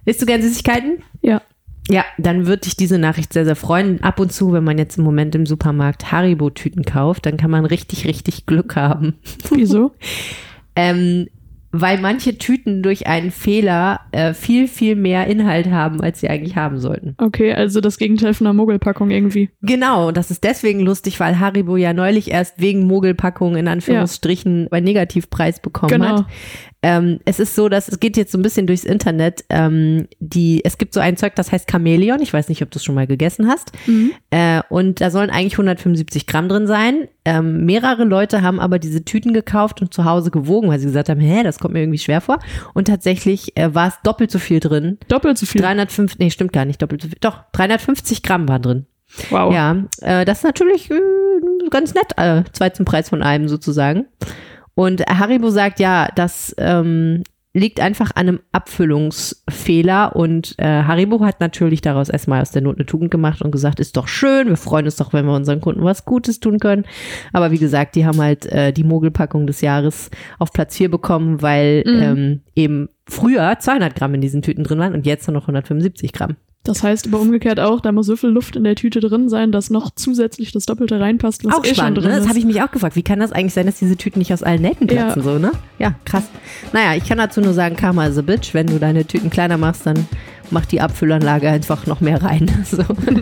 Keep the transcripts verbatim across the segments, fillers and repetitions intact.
Isst du gern Süßigkeiten? Ja. Ja, dann würde dich diese Nachricht sehr, sehr freuen. Ab und zu, wenn man jetzt im Moment im Supermarkt Haribo-Tüten kauft, dann kann man richtig, richtig Glück haben. Wieso? ähm, weil manche Tüten durch einen Fehler äh, viel, viel mehr Inhalt haben, als sie eigentlich haben sollten. Okay, also das Gegenteil von einer Mogelpackung irgendwie. Genau, das ist deswegen lustig, weil Haribo ja neulich erst wegen Mogelpackung in Anführungsstrichen ja. einen Negativpreis bekommen genau. hat. Ähm, es ist so, dass es geht jetzt so ein bisschen durchs Internet. Ähm, die, es gibt so ein Zeug, das heißt Chamäleon. Ich weiß nicht, ob du es schon mal gegessen hast. Mhm. Äh, und da sollen eigentlich hundertfünfundsiebzig Gramm drin sein. Ähm, mehrere Leute haben aber diese Tüten gekauft und zu Hause gewogen, weil sie gesagt haben, hä, das kommt mir irgendwie schwer vor. Und tatsächlich äh, war es doppelt so viel drin. Doppelt so viel? dreihundertfünfzig, nee, stimmt gar nicht, doppelt so viel. Doch, dreihundertfünfzig Gramm waren drin. Wow. Ja, äh, das ist natürlich äh, ganz nett, äh, zwei zum Preis von einem sozusagen. Und Haribo sagt, ja, das ähm, liegt einfach an einem Abfüllungsfehler und äh, Haribo hat natürlich daraus erstmal aus der Not eine Tugend gemacht und gesagt, ist doch schön, wir freuen uns doch, wenn wir unseren Kunden was Gutes tun können. Aber wie gesagt, die haben halt äh, die Mogelpackung des Jahres auf Platz vier bekommen, weil mhm. ähm, eben früher zweihundert Gramm in diesen Tüten drin waren und jetzt nur noch hundertfünfundsiebzig Gramm. Das heißt aber umgekehrt auch, da muss so viel Luft in der Tüte drin sein, dass noch zusätzlich das Doppelte reinpasst, was auch eh spannend, schon drin ne? ist. Das habe ich mich auch gefragt. Wie kann das eigentlich sein, dass diese Tüten nicht aus allen Nähten platzen, ja. so, ne? Ja, krass. Naja, ich kann dazu nur sagen, Karma is a bitch. Wenn du deine Tüten kleiner machst, dann macht die Abfüllanlage einfach noch mehr rein. So.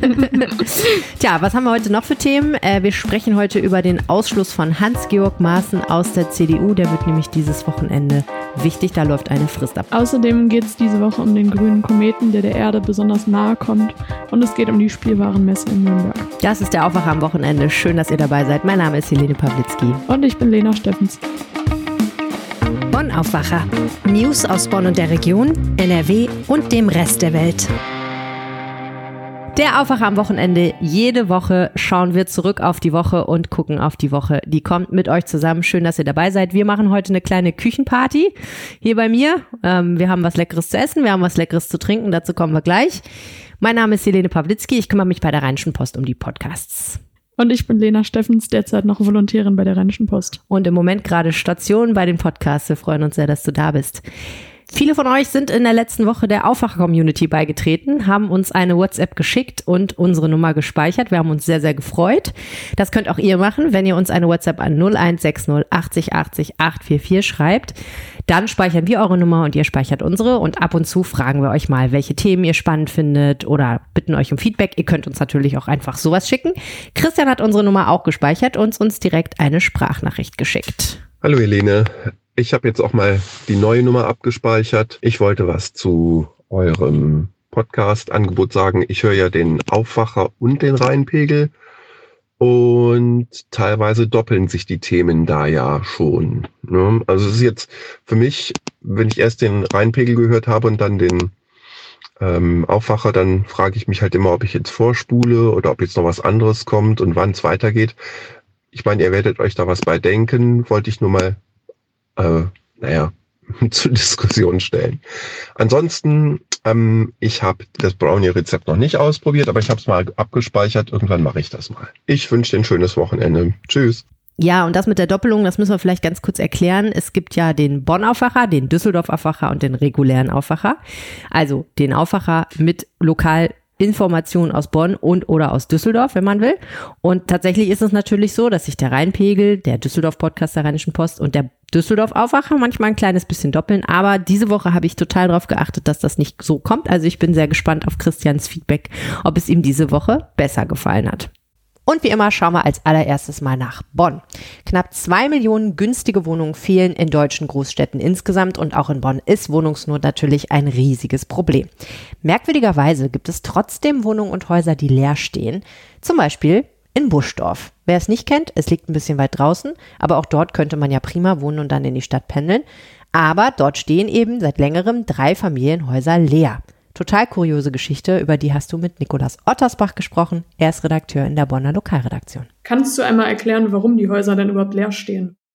Tja, was haben wir heute noch für Themen? Äh, wir sprechen heute über den Ausschluss von Hans-Georg Maaßen aus der C D U. Der wird nämlich dieses Wochenende wichtig. Da läuft eine Frist ab. Außerdem geht es diese Woche um den grünen Kometen, der der Erde besonders nahe kommt. Und es geht um die Spielwarenmesse in Nürnberg. Das ist der Aufwacher am Wochenende. Schön, dass ihr dabei seid. Mein Name ist Helene Pawlitzki. Und ich bin Lena Steffens. Bonn-Aufwacher. News aus Bonn und der Region, N R W und dem Rest der Welt. Der Aufwacher am Wochenende. Jede Woche schauen wir zurück auf die Woche und gucken auf die Woche. Die kommt mit euch zusammen. Schön, dass ihr dabei seid. Wir machen heute eine kleine Küchenparty hier bei mir. Ähm, wir haben was Leckeres zu essen, wir haben was Leckeres zu trinken. Dazu kommen wir gleich. Mein Name ist Helene Pawlitzki. Ich kümmere mich bei der Rheinischen Post um die Podcasts. Und ich bin Lena Steffens, derzeit noch Volontärin bei der Rheinischen Post. Und im Moment gerade Station bei den Podcasts. Wir freuen uns sehr, dass du da bist. Viele von euch sind in der letzten Woche der Aufwacher-Community beigetreten, haben uns eine WhatsApp geschickt und unsere Nummer gespeichert. Wir haben uns sehr, sehr gefreut. Das könnt auch ihr machen, wenn ihr uns eine WhatsApp an null eins sechs null achtzig achtzig achthundertvierundvierzig schreibt. Dann speichern wir eure Nummer und ihr speichert unsere. Und ab und zu fragen wir euch mal, welche Themen ihr spannend findet oder bitten euch um Feedback. Ihr könnt uns natürlich auch einfach sowas schicken. Christian hat unsere Nummer auch gespeichert und uns direkt eine Sprachnachricht geschickt. Hallo Helene. Ich habe jetzt auch mal die neue Nummer abgespeichert. Ich wollte was zu eurem Podcast-Angebot sagen. Ich höre ja den Aufwacher und den Rheinpegel und teilweise doppeln sich die Themen da ja schon. Ne? Also es ist jetzt für mich, wenn ich erst den Rheinpegel gehört habe und dann den ähm, Aufwacher, dann frage ich mich halt immer, ob ich jetzt vorspule oder ob jetzt noch was anderes kommt und wann es weitergeht. Ich meine, ihr werdet euch da was bei denken, wollte ich nur mal Äh, naja, zur Diskussion stellen. Ansonsten, ähm, ich habe das Brownie-Rezept noch nicht ausprobiert, aber ich habe es mal abgespeichert. Irgendwann mache ich das mal. Ich wünsche dir ein schönes Wochenende. Tschüss. Ja, und das mit der Doppelung, das müssen wir vielleicht ganz kurz erklären. Es gibt ja den Bonn-Aufwacher, den Düsseldorf-Aufwacher und den regulären Aufwacher. Also den Aufwacher mit lokal Informationen aus Bonn und oder aus Düsseldorf, wenn man will. Und tatsächlich ist es natürlich so, dass sich der Rheinpegel, der Düsseldorf-Podcast der Rheinischen Post und der Düsseldorf-Aufwacher manchmal ein kleines bisschen doppeln. Aber diese Woche habe ich total darauf geachtet, dass das nicht so kommt. Also ich bin sehr gespannt auf Christians Feedback, ob es ihm diese Woche besser gefallen hat. Und wie immer schauen wir als allererstes mal nach Bonn. Knapp zwei Millionen günstige Wohnungen fehlen in deutschen Großstädten insgesamt und auch in Bonn ist Wohnungsnot natürlich ein riesiges Problem. Merkwürdigerweise gibt es trotzdem Wohnungen und Häuser, die leer stehen. Zum Beispiel in Buschdorf. Wer es nicht kennt, es liegt ein bisschen weit draußen, aber auch dort könnte man ja prima wohnen und dann in die Stadt pendeln. Aber dort stehen eben seit längerem drei Familienhäuser leer. Total kuriose Geschichte, über die hast du mit Nikolaus Ottersbach gesprochen. Er ist Redakteur in der Bonner Lokalredaktion. Kannst du einmal erklären, warum die Häuser denn überhaupt leer stehen?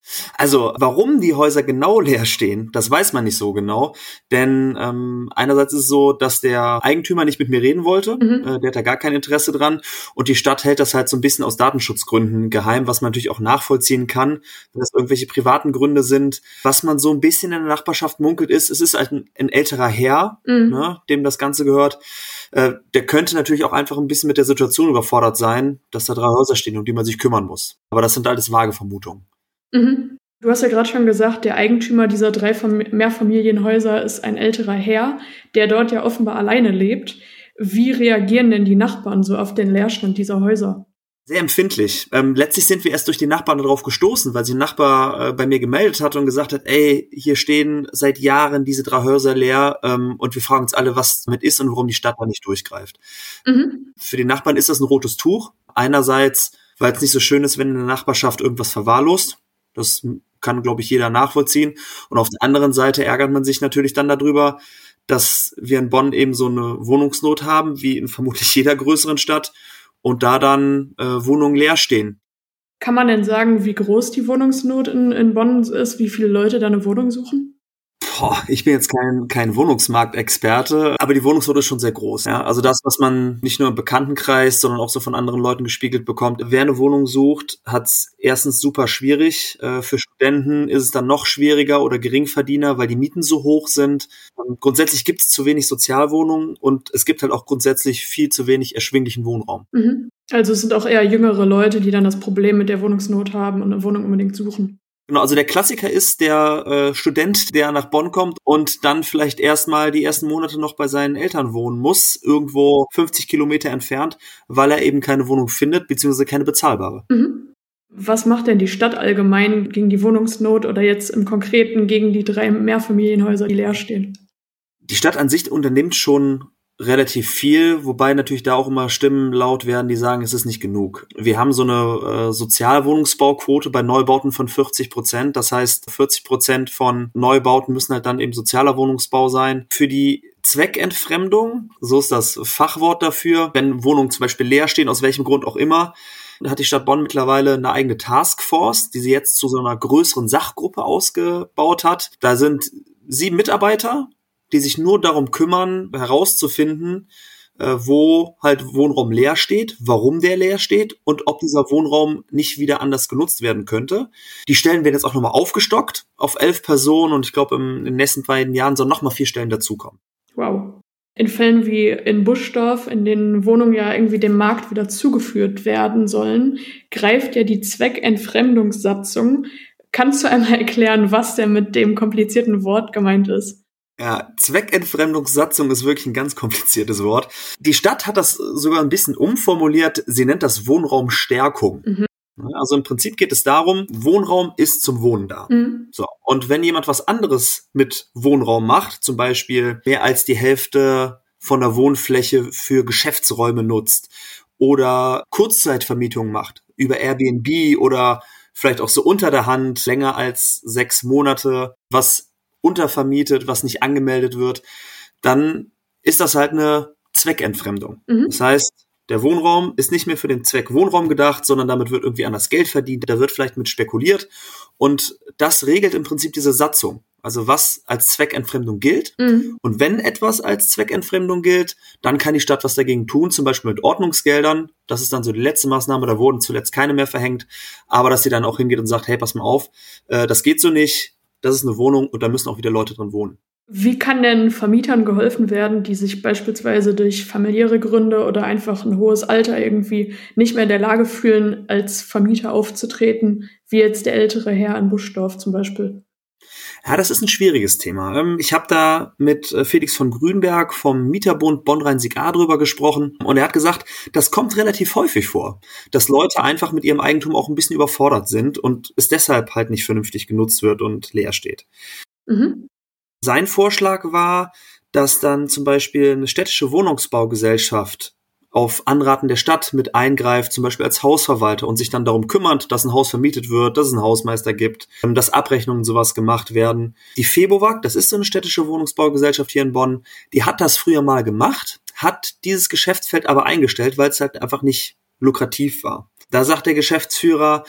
Also, warum die Häuser genau leer stehen, das weiß man nicht so genau. Denn ähm, einerseits ist es so, dass der Eigentümer nicht mit mir reden wollte. Mhm. Äh, der hat da gar kein Interesse dran. Und die Stadt hält das halt so ein bisschen aus Datenschutzgründen geheim, was man natürlich auch nachvollziehen kann, wenn das irgendwelche privaten Gründe sind. Was man so ein bisschen in der Nachbarschaft munkelt ist, es ist halt ein, ein älterer Herr, mhm. ne, dem das Ganze gehört. Äh, der könnte natürlich auch einfach ein bisschen mit der Situation überfordert sein, dass da drei Häuser stehen, um die man sich kümmern muss. Aber das sind alles vage Vermutungen. Mhm. Du hast ja gerade schon gesagt, der Eigentümer dieser drei Fam- Mehrfamilienhäuser ist ein älterer Herr, der dort ja offenbar alleine lebt. Wie reagieren denn die Nachbarn so auf den Leerstand dieser Häuser? Sehr empfindlich. Ähm, letztlich sind wir erst durch die Nachbarn darauf gestoßen, weil sich ein Nachbar äh, bei mir gemeldet hat und gesagt hat, ey, hier stehen seit Jahren diese drei Häuser leer ähm, und wir fragen uns alle, was damit ist und warum die Stadt da nicht durchgreift. Mhm. Für die Nachbarn ist das ein rotes Tuch. Einerseits, weil es nicht so schön ist, wenn in der Nachbarschaft irgendwas verwahrlost. Das kann, glaube ich, jeder nachvollziehen. Und auf der anderen Seite ärgert man sich natürlich dann darüber, dass wir in Bonn eben so eine Wohnungsnot haben, wie in vermutlich jeder größeren Stadt, und da dann äh, Wohnungen leer stehen. Kann man denn sagen, wie groß die Wohnungsnot in, in Bonn ist, wie viele Leute da eine Wohnung suchen? Boah, ich bin jetzt kein, kein Wohnungsmarktexperte, aber die Wohnungsnot ist schon sehr groß. Ja? Also das, was man nicht nur im Bekanntenkreis, sondern auch so von anderen Leuten gespiegelt bekommt. Wer eine Wohnung sucht, hat es erstens super schwierig. Äh, für Studenten ist es dann noch schwieriger oder Geringverdiener, weil die Mieten so hoch sind. Und grundsätzlich gibt es zu wenig Sozialwohnungen und es gibt halt auch grundsätzlich viel zu wenig erschwinglichen Wohnraum. Mhm. Also es sind auch eher jüngere Leute, die dann das Problem mit der Wohnungsnot haben und eine Wohnung unbedingt suchen. Genau, also der Klassiker ist der äh, Student, der nach Bonn kommt und dann vielleicht erstmal die ersten Monate noch bei seinen Eltern wohnen muss, irgendwo fünfzig Kilometer entfernt, weil er eben keine Wohnung findet, beziehungsweise keine bezahlbare. Mhm. Was macht denn die Stadt allgemein gegen die Wohnungsnot oder jetzt im Konkreten gegen die drei Mehrfamilienhäuser, die leer stehen? Die Stadt an sich unternimmt schon relativ viel, wobei natürlich da auch immer Stimmen laut werden, die sagen, es ist nicht genug. Wir haben so eine äh, Sozialwohnungsbauquote bei Neubauten von vierzig Prozent. Das heißt, vierzig Prozent von Neubauten müssen halt dann eben sozialer Wohnungsbau sein. Für die Zweckentfremdung, so ist das Fachwort dafür, wenn Wohnungen zum Beispiel leer stehen, aus welchem Grund auch immer, hat die Stadt Bonn mittlerweile eine eigene Taskforce, die sie jetzt zu so einer größeren Sachgruppe ausgebaut hat. Da sind sieben Mitarbeiter, die sich nur darum kümmern, herauszufinden, äh, wo halt Wohnraum leer steht, warum der leer steht und ob dieser Wohnraum nicht wieder anders genutzt werden könnte. Die Stellen werden jetzt auch nochmal aufgestockt auf elf Personen und ich glaube, in den nächsten beiden Jahren sollen nochmal vier Stellen dazukommen. Wow. In Fällen wie in Buschdorf, in denen Wohnungen ja irgendwie dem Markt wieder zugeführt werden sollen, greift ja die Zweckentfremdungssatzung. Kannst du einmal erklären, was denn mit dem komplizierten Wort gemeint ist? Ja, Zweckentfremdungssatzung ist wirklich ein ganz kompliziertes Wort. Die Stadt hat das sogar ein bisschen umformuliert. Sie nennt das Wohnraumstärkung. Mhm. Also im Prinzip geht es darum, Wohnraum ist zum Wohnen da. Mhm. So. Und wenn jemand was anderes mit Wohnraum macht, zum Beispiel mehr als die Hälfte von der Wohnfläche für Geschäftsräume nutzt oder Kurzzeitvermietung macht über Airbnb oder vielleicht auch so unter der Hand länger als sechs Monate, was untervermietet, was nicht angemeldet wird, dann ist das halt eine Zweckentfremdung. Mhm. Das heißt, der Wohnraum ist nicht mehr für den Zweck Wohnraum gedacht, sondern damit wird irgendwie anders Geld verdient, da wird vielleicht mit spekuliert und das regelt im Prinzip diese Satzung. Also was als Zweckentfremdung gilt mhm. und wenn etwas als Zweckentfremdung gilt, dann kann die Stadt was dagegen tun, zum Beispiel mit Ordnungsgeldern. Das ist dann so die letzte Maßnahme, da wurden zuletzt keine mehr verhängt, aber dass sie dann auch hingeht und sagt, hey, pass mal auf, äh, das geht so nicht, das ist eine Wohnung und da müssen auch wieder Leute drin wohnen. Wie kann denn Vermietern geholfen werden, die sich beispielsweise durch familiäre Gründe oder einfach ein hohes Alter irgendwie nicht mehr in der Lage fühlen, als Vermieter aufzutreten, wie jetzt der ältere Herr in Buschdorf zum Beispiel? Ja, das ist ein schwieriges Thema. Ich habe da mit Felix von Grünberg vom Mieterbund Bonn-Rhein-Sieg-A drüber gesprochen und er hat gesagt, das kommt relativ häufig vor, dass Leute einfach mit ihrem Eigentum auch ein bisschen überfordert sind und es deshalb halt nicht vernünftig genutzt wird und leer steht. Mhm. Sein Vorschlag war, dass dann zum Beispiel eine städtische Wohnungsbaugesellschaft auf Anraten der Stadt mit eingreift, zum Beispiel als Hausverwalter und sich dann darum kümmert, dass ein Haus vermietet wird, dass es einen Hausmeister gibt, dass Abrechnungen und sowas gemacht werden. Die Febowag, das ist so eine städtische Wohnungsbaugesellschaft hier in Bonn, die hat das früher mal gemacht, hat dieses Geschäftsfeld aber eingestellt, weil es halt einfach nicht lukrativ war. Da sagt der Geschäftsführer,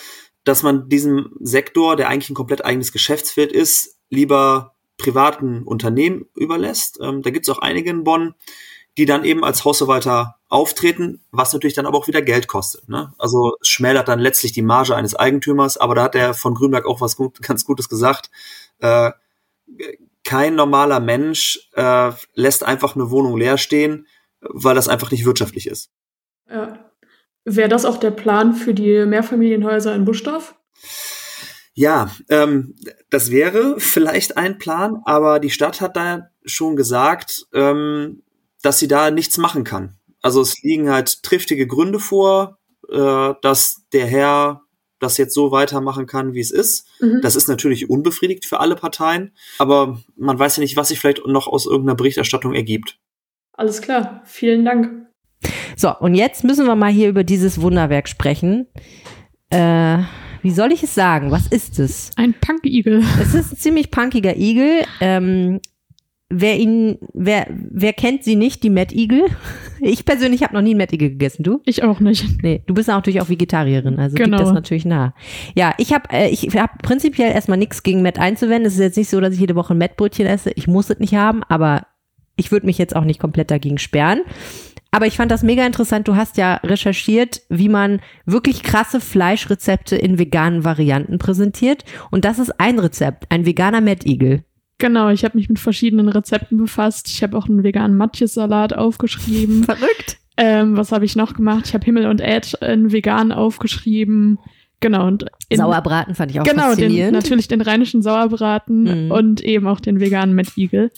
dass man diesem Sektor, der eigentlich ein komplett eigenes Geschäftsfeld ist, lieber privaten Unternehmen überlässt. Ähm, da gibt es auch einige in Bonn, die dann eben als Hausverwalter auftreten, was natürlich dann aber auch wieder Geld kostet. Ne? Also es schmälert dann letztlich die Marge eines Eigentümers, aber da hat der von Grünberg auch was gut, ganz Gutes gesagt. Äh, kein normaler Mensch äh, lässt einfach eine Wohnung leer stehen, weil das einfach nicht wirtschaftlich ist. Ja. Wäre das auch der Plan für die Mehrfamilienhäuser in Buschdorf? Ja, ähm, das wäre vielleicht ein Plan, aber die Stadt hat da schon gesagt, ähm, dass sie da nichts machen kann. Also es liegen halt triftige Gründe vor, äh, dass der Herr das jetzt so weitermachen kann, wie es ist. Mhm. Das ist natürlich unbefriedigt für alle Parteien, aber man weiß ja nicht, was sich vielleicht noch aus irgendeiner Berichterstattung ergibt. Alles klar, vielen Dank. So, und jetzt müssen wir mal hier über dieses Wunderwerk sprechen. Äh, wie soll ich es sagen? Was ist es? Ein Punk-Igel. Es ist ein ziemlich punkiger Igel. Ähm, wer ihn, wer, wer kennt sie nicht, die Mettigel? Ich persönlich habe noch nie einen Mettigel gegessen. Du? Ich auch nicht. Nee, du bist natürlich auch Vegetarierin, also genau. Liegt das natürlich nah. Ja, ich habe äh, ich hab prinzipiell erstmal nichts gegen Met einzuwenden. Es ist jetzt nicht so, dass ich jede Woche ein Mettbrötchen esse. Ich muss es nicht haben, aber ich würde mich jetzt auch nicht komplett dagegen sperren. Aber ich fand das mega interessant. Du hast ja recherchiert, wie man wirklich krasse Fleischrezepte in veganen Varianten präsentiert. Und das ist ein Rezept, ein veganer Mettigel. Genau, ich habe mich mit verschiedenen Rezepten befasst. Ich habe auch einen veganen Matjes-Salat aufgeschrieben. Verrückt. Ähm, was habe ich noch gemacht? Ich habe Himmel und Ed in vegan aufgeschrieben. Genau. Und in, Sauerbraten fand ich auch genau, faszinierend. Genau, natürlich den rheinischen Sauerbraten mhm. und eben auch den veganen Mettigel.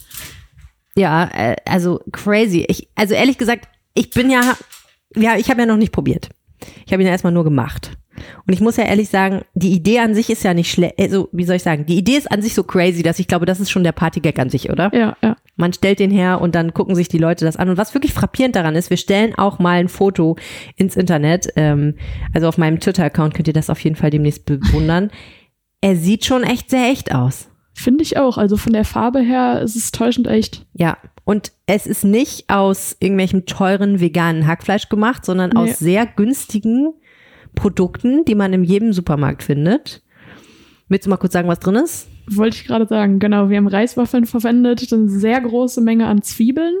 Ja, äh, also crazy. Ich, also ehrlich gesagt, ich bin ja, ja, ich habe ja noch nicht probiert. Ich habe ihn ja erstmal nur gemacht. Und ich muss ja ehrlich sagen, die Idee an sich ist ja nicht schlecht, also wie soll ich sagen, die Idee ist an sich so crazy, dass ich glaube, das ist schon der Partygag an sich, oder? Ja, ja. Man stellt den her und dann gucken sich die Leute das an. Und was wirklich frappierend daran ist, wir stellen auch mal ein Foto ins Internet, ähm, also auf meinem Twitter-Account könnt ihr das auf jeden Fall demnächst bewundern. Er sieht schon echt sehr echt aus. Finde ich auch, also von der Farbe her ist es täuschend echt. Ja, und es ist nicht aus irgendwelchem teuren veganen Hackfleisch gemacht, sondern nee. aus sehr günstigen Produkten, die man in jedem Supermarkt findet. Willst du mal kurz sagen, was drin ist? Wollte ich gerade sagen, genau. Wir haben Reiswaffeln verwendet, eine sehr große Menge an Zwiebeln.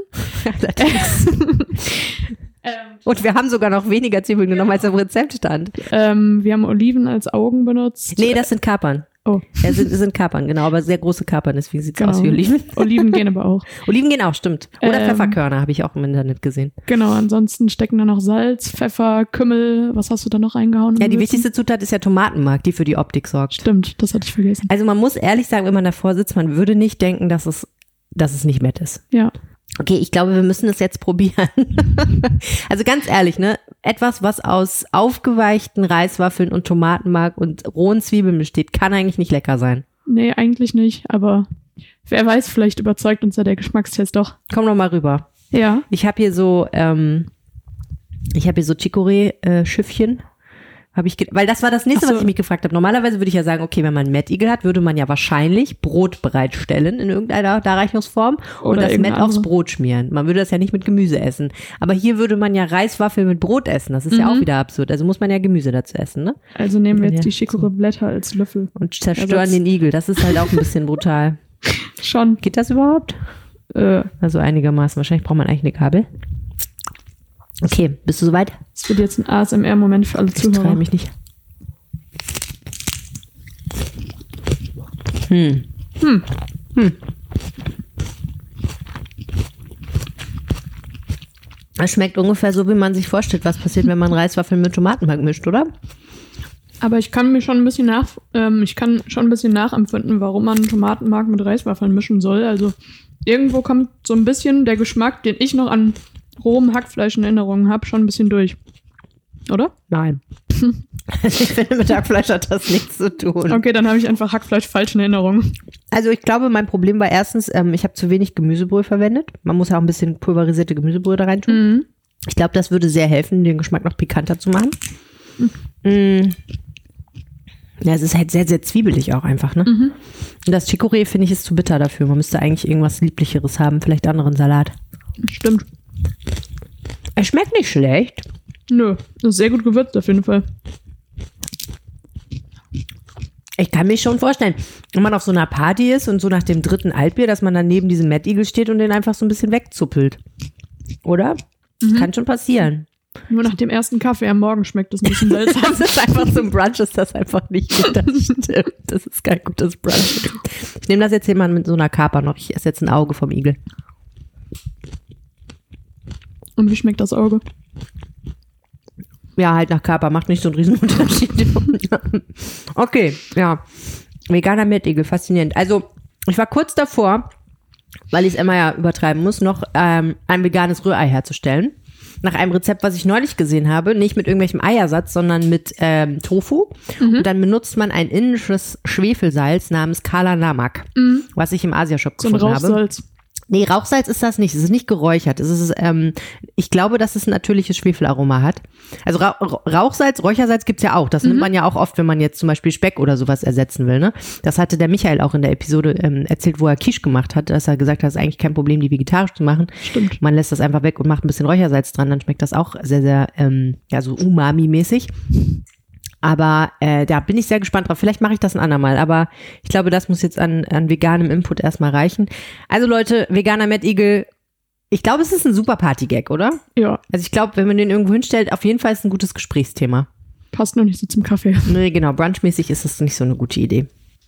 ähm, Und wir haben sogar noch weniger Zwiebeln genommen, als im Rezept stand. Ähm, wir haben Oliven als Augen benutzt. Nee, das sind Kapern. Oh. Ja, sind, sind Kapern, genau, aber sehr große Kapern, deswegen sieht es genau. aus wie Oliven. Oliven gehen aber auch. Oliven gehen auch, stimmt. Oder ähm, Pfefferkörner, habe ich auch im Internet gesehen. Genau, ansonsten stecken da noch Salz, Pfeffer, Kümmel. Was hast du da noch reingehauen? Ja, die wichtigste Zutat ist ja Tomatenmark, die für die Optik sorgt. Stimmt, das hatte ich vergessen. Also man muss ehrlich sagen, wenn man davor sitzt, man würde nicht denken, dass es, dass es nicht Mett ist. Ja. Okay, ich glaube, wir müssen es jetzt probieren. Also ganz ehrlich, ne? Etwas, was aus aufgeweichten Reiswaffeln und Tomatenmark und rohen Zwiebeln besteht, kann eigentlich nicht lecker sein. Nee, eigentlich nicht, aber wer weiß, vielleicht überzeugt uns ja der Geschmackstest doch. Komm doch mal rüber. Ja. Ich habe hier so, ähm, ich habe hier so Chicorée-Schiffchen. Habe ich, ge- weil das war das nächste, so. was ich mich gefragt habe. Normalerweise würde ich ja sagen, okay, wenn man Mettigel hat, würde man ja wahrscheinlich Brot bereitstellen in irgendeiner Darreichungsform und Oder das Mett andere. aufs Brot schmieren. Man würde das ja nicht mit Gemüse essen. Aber hier würde man ja Reiswaffeln mit Brot essen. Das ist mhm. ja auch wieder absurd. Also muss man ja Gemüse dazu essen, ne? Also nehmen wir jetzt ja. die Chicorée-Blätter als Löffel. Und zerstören Ersatz. den Igel. Das ist halt auch ein bisschen brutal. Schon. Geht das überhaupt? Äh. Also einigermaßen. Wahrscheinlich braucht man eigentlich eine Gabel. Okay, bist du soweit? Es wird jetzt ein A S M R-Moment für alle Ich Zuhörer. traue mich nicht. Hm. Hm. Hm. Es schmeckt ungefähr so, wie man sich vorstellt, was passiert, wenn man Reiswaffeln mit Tomatenmark mischt, oder? Aber ich kann mir schon ein bisschen nach, ähm, ich kann schon ein bisschen nachempfinden, warum man Tomatenmark mit Reiswaffeln mischen soll. Also irgendwo kommt so ein bisschen der Geschmack, den ich noch an rohem Hackfleisch in Erinnerung habe, schon ein bisschen durch. Oder? Nein. Ich finde, mit Hackfleisch hat das nichts zu tun. Okay, dann habe ich einfach Hackfleisch falsch in Erinnerung. Also ich glaube, mein Problem war erstens, ähm, ich habe zu wenig Gemüsebrühe verwendet. Man muss ja auch ein bisschen pulverisierte Gemüsebrühe da rein tun. Mhm. Ich glaube, das würde sehr helfen, den Geschmack noch pikanter zu machen. Mhm. Mhm. Ja, es ist halt sehr, sehr zwiebelig auch einfach, ne? Mhm. Und das Chicorée, finde ich, ist zu bitter dafür. Man müsste eigentlich irgendwas Lieblicheres haben, vielleicht anderen Salat. Stimmt. Es schmeckt nicht schlecht. Nö, das ist sehr gut gewürzt auf jeden Fall. Ich kann mich schon vorstellen, wenn man auf so einer Party ist und so nach dem dritten Altbier, dass man dann neben diesem Mad Eagle steht und den einfach so ein bisschen wegzuppelt. Oder? Mhm. Kann schon passieren. Nur nach dem ersten Kaffee am Morgen schmeckt es ein bisschen seltsam. Das ist einfach zum Brunch, ist das einfach nicht gut. Das stimmt. Das ist kein gutes Brunch. Ich nehme das jetzt hier mal mit so einer Kaper noch. Ich esse jetzt ein Auge vom Igel. Und wie schmeckt das Auge? Ja, halt nach Kaper. Macht nicht so einen Riesenunterschied. Okay, ja. Veganer Mad Eagle, faszinierend. Also, ich war kurz davor, weil ich es immer ja übertreiben muss, noch ähm, ein veganes Rührei herzustellen. Nach einem Rezept, was ich neulich gesehen habe, nicht mit irgendwelchem Eiersatz, sondern mit ähm, Tofu. Mhm. Und dann benutzt man ein indisches Schwefelsalz namens Kala Namak, mhm. was ich im Asiashop so gefunden ein Rauchsalz. habe. Nee, Rauchsalz ist das nicht. Es ist nicht geräuchert. Es ist, ähm, ich glaube, dass es ein natürliches Schwefelaroma hat. Also Ra- Rauchsalz, Räuchersalz gibt's ja auch. Das mhm. nimmt man ja auch oft, wenn man jetzt zum Beispiel Speck oder sowas ersetzen will. Ne? Das hatte der Michael auch in der Episode ähm, erzählt, wo er Quiche gemacht hat, dass er gesagt hat, es ist eigentlich kein Problem, die vegetarisch zu machen. Stimmt. Man lässt das einfach weg und macht ein bisschen Räuchersalz dran, dann schmeckt das auch sehr, sehr, ähm, ja, so Umami-mäßig. Aber äh, da bin ich sehr gespannt drauf. Vielleicht mache ich das ein andermal. Aber ich glaube, das muss jetzt an, an veganem Input erstmal reichen. Also Leute, veganer Mad Eagle, ich glaube, es ist ein super Party-Gag, oder? Ja. Also ich glaube, wenn man den irgendwo hinstellt, auf jeden Fall ist es ein gutes Gesprächsthema. Passt noch nicht so zum Kaffee. Nee, genau. Brunchmäßig ist es nicht so eine gute Idee.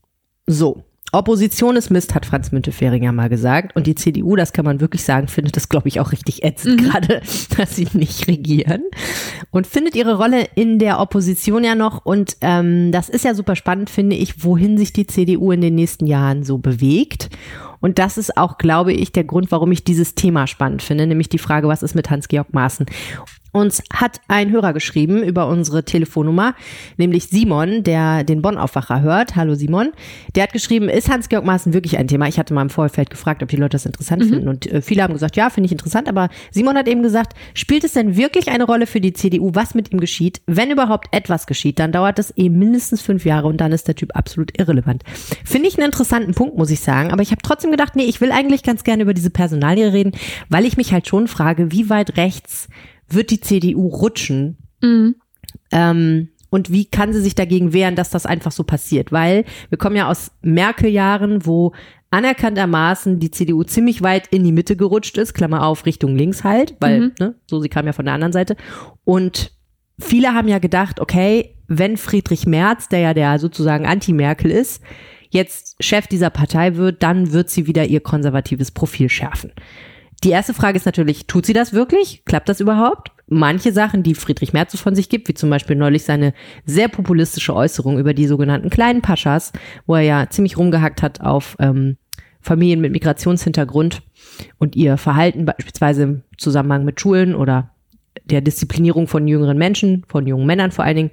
So. Opposition ist Mist, hat Franz Müntefering ja mal gesagt. Und die C D U, das kann man wirklich sagen, findet das, glaube ich, auch richtig ätzend, mhm. gerade, dass sie nicht regieren. Und findet ihre Rolle in der Opposition ja noch. Und ähm, das ist ja super spannend, finde ich, wohin sich die C D U in den nächsten Jahren so bewegt. Und das ist auch, glaube ich, der Grund, warum ich dieses Thema spannend finde, nämlich die Frage, was ist mit Hans-Georg Maaßen? Uns hat ein Hörer geschrieben über unsere Telefonnummer, nämlich Simon, der den Bonn-Aufwacher hört. Hallo Simon. Der hat geschrieben, ist Hans-Georg Maaßen wirklich ein Thema? Ich hatte mal im Vorfeld gefragt, ob die Leute das interessant mhm. finden. Und äh, viele haben gesagt, ja, finde ich interessant. Aber Simon hat eben gesagt, spielt es denn wirklich eine Rolle für die C D U, was mit ihm geschieht? Wenn überhaupt etwas geschieht, dann dauert es eben mindestens fünf Jahre und dann ist der Typ absolut irrelevant. Finde ich einen interessanten Punkt, muss ich sagen. Aber ich habe trotzdem gedacht, nee, ich will eigentlich ganz gerne über diese Personalie reden, weil ich mich halt schon frage, wie weit rechts wird die C D U rutschen? Mhm. Ähm, und wie kann sie sich dagegen wehren, dass das einfach so passiert? Weil wir kommen ja aus Merkel-Jahren, wo anerkanntermaßen die C D U ziemlich weit in die Mitte gerutscht ist, Klammer auf, Richtung links halt, weil mhm. ne, so, sie kam ja von der anderen Seite. Und viele haben ja gedacht, okay, wenn Friedrich Merz, der ja der sozusagen Anti-Merkel ist, jetzt Chef dieser Partei wird, dann wird sie wieder ihr konservatives Profil schärfen. Die erste Frage ist natürlich, tut sie das wirklich? Klappt das überhaupt? Manche Sachen, die Friedrich Merz so von sich gibt, wie zum Beispiel neulich seine sehr populistische Äußerung über die sogenannten kleinen Paschas, wo er ja ziemlich rumgehackt hat auf ähm, Familien mit Migrationshintergrund und ihr Verhalten beispielsweise im Zusammenhang mit Schulen oder der Disziplinierung von jüngeren Menschen, von jungen Männern vor allen Dingen.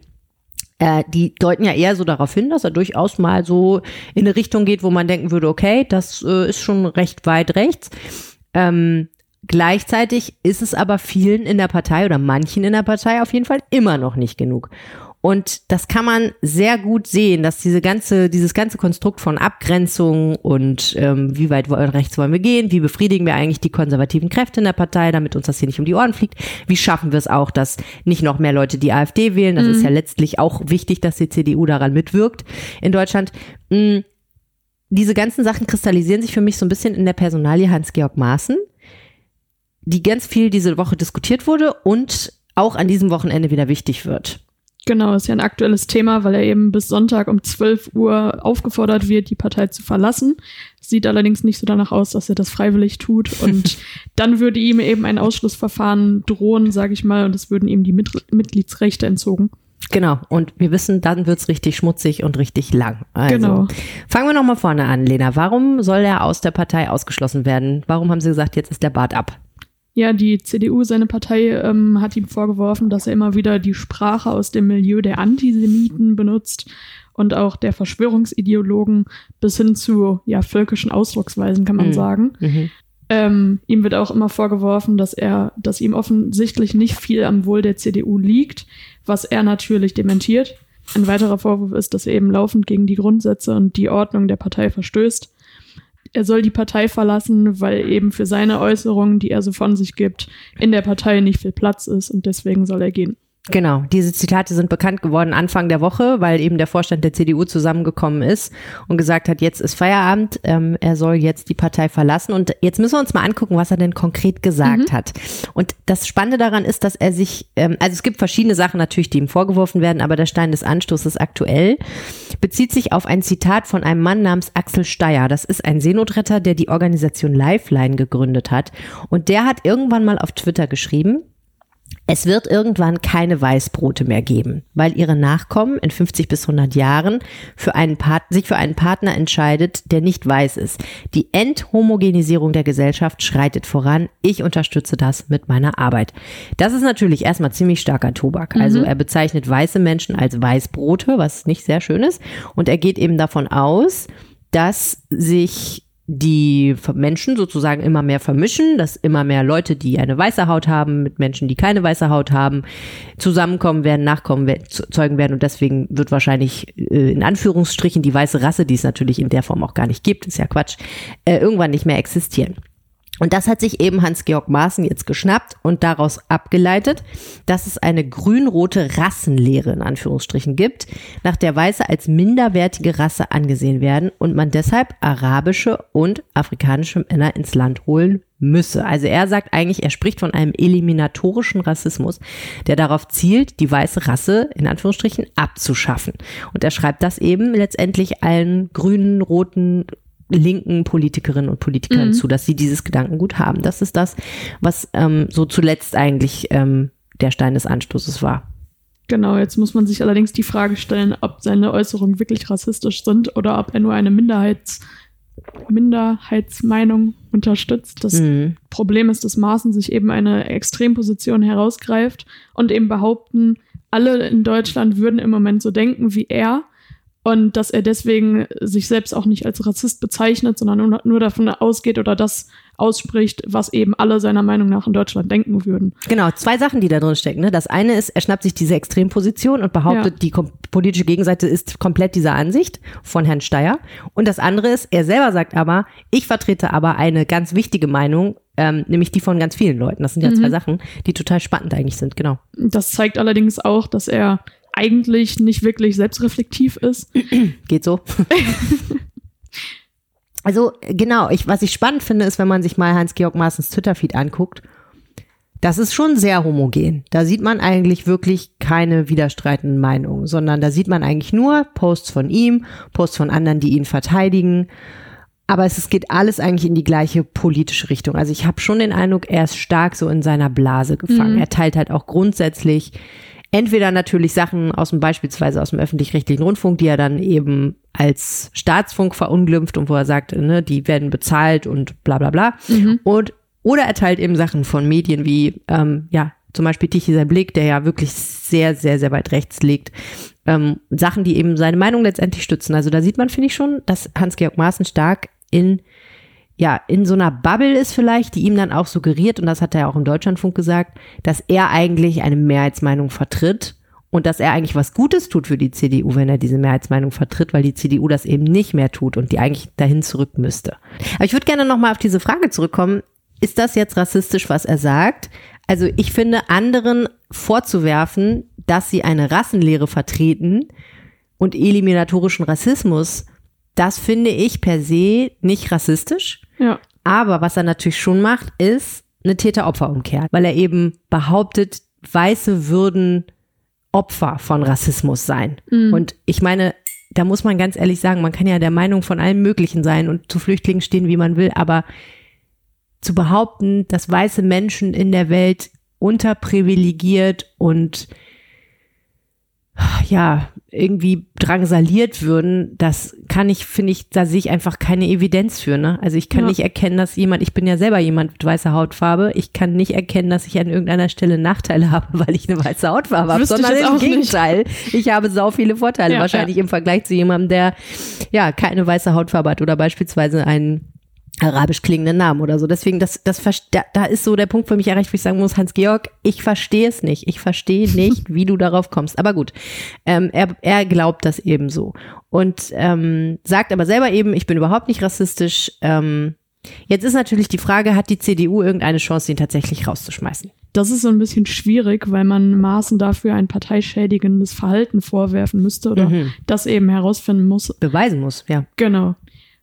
Äh, die deuten ja eher so darauf hin, dass er durchaus mal so in eine Richtung geht, wo man denken würde, okay, das äh, ist schon recht weit rechts. Ähm, gleichzeitig ist es aber vielen in der Partei oder manchen in der Partei auf jeden Fall immer noch nicht genug. Und das kann man sehr gut sehen, dass diese ganze, dieses ganze Konstrukt von Abgrenzung und ähm, wie weit rechts wollen wir gehen, wie befriedigen wir eigentlich die konservativen Kräfte in der Partei, damit uns das hier nicht um die Ohren fliegt, wie schaffen wir es auch, dass nicht noch mehr Leute die AfD wählen, das mhm. ist ja letztlich auch wichtig, dass die C D U daran mitwirkt in Deutschland. Mhm. Diese ganzen Sachen kristallisieren sich für mich so ein bisschen in der Personalie Hans-Georg Maaßen, die ganz viel diese Woche diskutiert wurde und auch an diesem Wochenende wieder wichtig wird. Genau, ist ja ein aktuelles Thema, weil er eben bis Sonntag um zwölf Uhr aufgefordert wird, die Partei zu verlassen. Sieht allerdings nicht so danach aus, dass er das freiwillig tut. Und dann würde ihm eben ein Ausschlussverfahren drohen, sage ich mal, und es würden ihm die Mit- Mitgliedsrechte entzogen. Genau, und wir wissen, dann wird's richtig schmutzig und richtig lang. Also, genau. Fangen wir nochmal vorne an, Lena. Warum soll er aus der Partei ausgeschlossen werden? Warum haben sie gesagt, jetzt ist der Bart ab? Ja, die C D U, seine Partei, ähm, hat ihm vorgeworfen, dass er immer wieder die Sprache aus dem Milieu der Antisemiten benutzt und auch der Verschwörungsideologen bis hin zu ja, völkischen Ausdrucksweisen, kann man mhm. sagen. Mhm. Ähm, ihm wird auch immer vorgeworfen, dass er, dass ihm offensichtlich nicht viel am Wohl der C D U liegt, was er natürlich dementiert. Ein weiterer Vorwurf ist, dass er eben laufend gegen die Grundsätze und die Ordnung der Partei verstößt. Er soll die Partei verlassen, weil eben für seine Äußerungen, die er so von sich gibt, in der Partei nicht viel Platz ist und deswegen soll er gehen. Genau, diese Zitate sind bekannt geworden Anfang der Woche, weil eben der Vorstand der C D U zusammengekommen ist und gesagt hat, jetzt ist Feierabend, ähm, er soll jetzt die Partei verlassen. Und jetzt müssen wir uns mal angucken, was er denn konkret gesagt mhm. hat. Und das Spannende daran ist, dass er sich, ähm, also es gibt verschiedene Sachen natürlich, die ihm vorgeworfen werden, aber der Stein des Anstoßes aktuell bezieht sich auf ein Zitat von einem Mann namens Axel Steyer. Das ist ein Seenotretter, der die Organisation Lifeline gegründet hat. Und der hat irgendwann mal auf Twitter geschrieben, es wird irgendwann keine Weißbrote mehr geben, weil ihre Nachkommen in fünfzig bis hundert Jahren für einen Part- sich für einen Partner entscheidet, der nicht weiß ist. Die Enthomogenisierung der Gesellschaft schreitet voran. Ich unterstütze das mit meiner Arbeit. Das ist natürlich erstmal ziemlich starker Tobak. Mhm. Also er bezeichnet weiße Menschen als Weißbrote, was nicht sehr schön ist. Und er geht eben davon aus, dass sich die Menschen sozusagen immer mehr vermischen, dass immer mehr Leute, die eine weiße Haut haben, mit Menschen, die keine weiße Haut haben, zusammenkommen werden, Nachkommen werden, zeugen werden und deswegen wird wahrscheinlich äh, in Anführungsstrichen die weiße Rasse, die es natürlich in der Form auch gar nicht gibt, ist ja Quatsch, äh, irgendwann nicht mehr existieren. Und das hat sich eben Hans-Georg Maaßen jetzt geschnappt und daraus abgeleitet, dass es eine grün-rote Rassenlehre in Anführungsstrichen gibt, nach der Weiße als minderwertige Rasse angesehen werden und man deshalb arabische und afrikanische Männer ins Land holen müsse. Also er sagt eigentlich, er spricht von einem eliminatorischen Rassismus, der darauf zielt, die weiße Rasse in Anführungsstrichen abzuschaffen. Und er schreibt das eben letztendlich allen grünen, roten, linken Politikerinnen und Politikern mhm. zu, dass sie dieses Gedankengut haben. Das ist das, was ähm, so zuletzt eigentlich ähm, der Stein des Anstoßes war. Genau, jetzt muss man sich allerdings die Frage stellen, ob seine Äußerungen wirklich rassistisch sind oder ob er nur eine Minderheits, Minderheitsmeinung unterstützt. Das mhm. Problem ist, dass Maaßen sich eben eine Extremposition herausgreift und eben behaupten, alle in Deutschland würden im Moment so denken wie er. Und dass er deswegen sich selbst auch nicht als Rassist bezeichnet, sondern nur, nur davon ausgeht oder das ausspricht, was eben alle seiner Meinung nach in Deutschland denken würden. Genau, zwei Sachen, die da drin stecken. Ne? Das eine ist, er schnappt sich diese Extremposition und behauptet, ja. die kom- politische Gegenseite ist komplett dieser Ansicht von Herrn Steyer. Und das andere ist, er selber sagt aber, ich vertrete aber eine ganz wichtige Meinung, ähm, nämlich die von ganz vielen Leuten. Das sind ja mhm. zwei Sachen, die total spannend eigentlich sind, genau. Das zeigt allerdings auch, dass er eigentlich nicht wirklich selbstreflektiv ist. Geht so. Also genau, ich, was ich spannend finde, ist, wenn man sich mal Hans-Georg Maaßens Twitter-Feed anguckt, das ist schon sehr homogen. Da sieht man eigentlich wirklich keine widerstreitenden Meinungen, sondern da sieht man eigentlich nur Posts von ihm, Posts von anderen, die ihn verteidigen. Aber es, es geht alles eigentlich in die gleiche politische Richtung. Also ich habe schon den Eindruck, er ist stark so in seiner Blase gefangen. Mhm. Er teilt halt auch grundsätzlich entweder natürlich Sachen aus dem, beispielsweise aus dem öffentlich-rechtlichen Rundfunk, die er dann eben als Staatsfunk verunglimpft und wo er sagt, ne, die werden bezahlt und bla bla bla. Mhm. Und, oder er teilt eben Sachen von Medien wie, ähm, ja, zum Beispiel Tichy sein Blick, der ja wirklich sehr, sehr, sehr weit rechts liegt. Ähm, Sachen, die eben seine Meinung letztendlich stützen. Also da sieht man, finde ich schon, dass Hans-Georg Maaßen stark in ja, in so einer Bubble ist vielleicht, die ihm dann auch suggeriert, und das hat er auch im Deutschlandfunk gesagt, dass er eigentlich eine Mehrheitsmeinung vertritt und dass er eigentlich was Gutes tut für die C D U, wenn er diese Mehrheitsmeinung vertritt, weil die C D U das eben nicht mehr tut und die eigentlich dahin zurück müsste. Aber ich würde gerne nochmal auf diese Frage zurückkommen, ist das jetzt rassistisch, was er sagt? Also ich finde, anderen vorzuwerfen, dass sie eine Rassenlehre vertreten und eliminatorischen Rassismus, das finde ich per se nicht rassistisch. Ja. Aber was er natürlich schon macht, ist eine Täter-Opfer-Umkehr, weil er eben behauptet, Weiße würden Opfer von Rassismus sein. Mhm. Und ich meine, da muss man ganz ehrlich sagen, man kann ja der Meinung von allen Möglichen sein und zu Flüchtlingen stehen, wie man will, aber zu behaupten, dass weiße Menschen in der Welt unterprivilegiert und ja, irgendwie drangsaliert würden, das kann ich, finde ich, da sehe ich einfach keine Evidenz für, ne? Also ich kann ja. nicht erkennen, dass jemand, ich bin ja selber jemand mit weißer Hautfarbe, ich kann nicht erkennen, dass ich an irgendeiner Stelle Nachteile habe, weil ich eine weiße Hautfarbe habe, sondern im Gegenteil. Nicht. Ich habe sau viele Vorteile, ja, wahrscheinlich ja. im Vergleich zu jemandem, der ja keine weiße Hautfarbe hat oder beispielsweise einen arabisch klingenden Namen oder so. Deswegen, das, das, da, da ist so der Punkt für mich erreicht, wo ich sagen muss, Hans-Georg, ich verstehe es nicht. Ich verstehe nicht, wie du darauf kommst. Aber gut, ähm, er, er glaubt das eben so. Und ähm, sagt aber selber eben, ich bin überhaupt nicht rassistisch. Ähm, Jetzt ist natürlich die Frage, hat die C D U irgendeine Chance, ihn tatsächlich rauszuschmeißen? Das ist so ein bisschen schwierig, weil man Maaßen dafür ein parteischädigendes Verhalten vorwerfen müsste oder Mhm. das eben herausfinden muss. Beweisen muss, ja. Genau.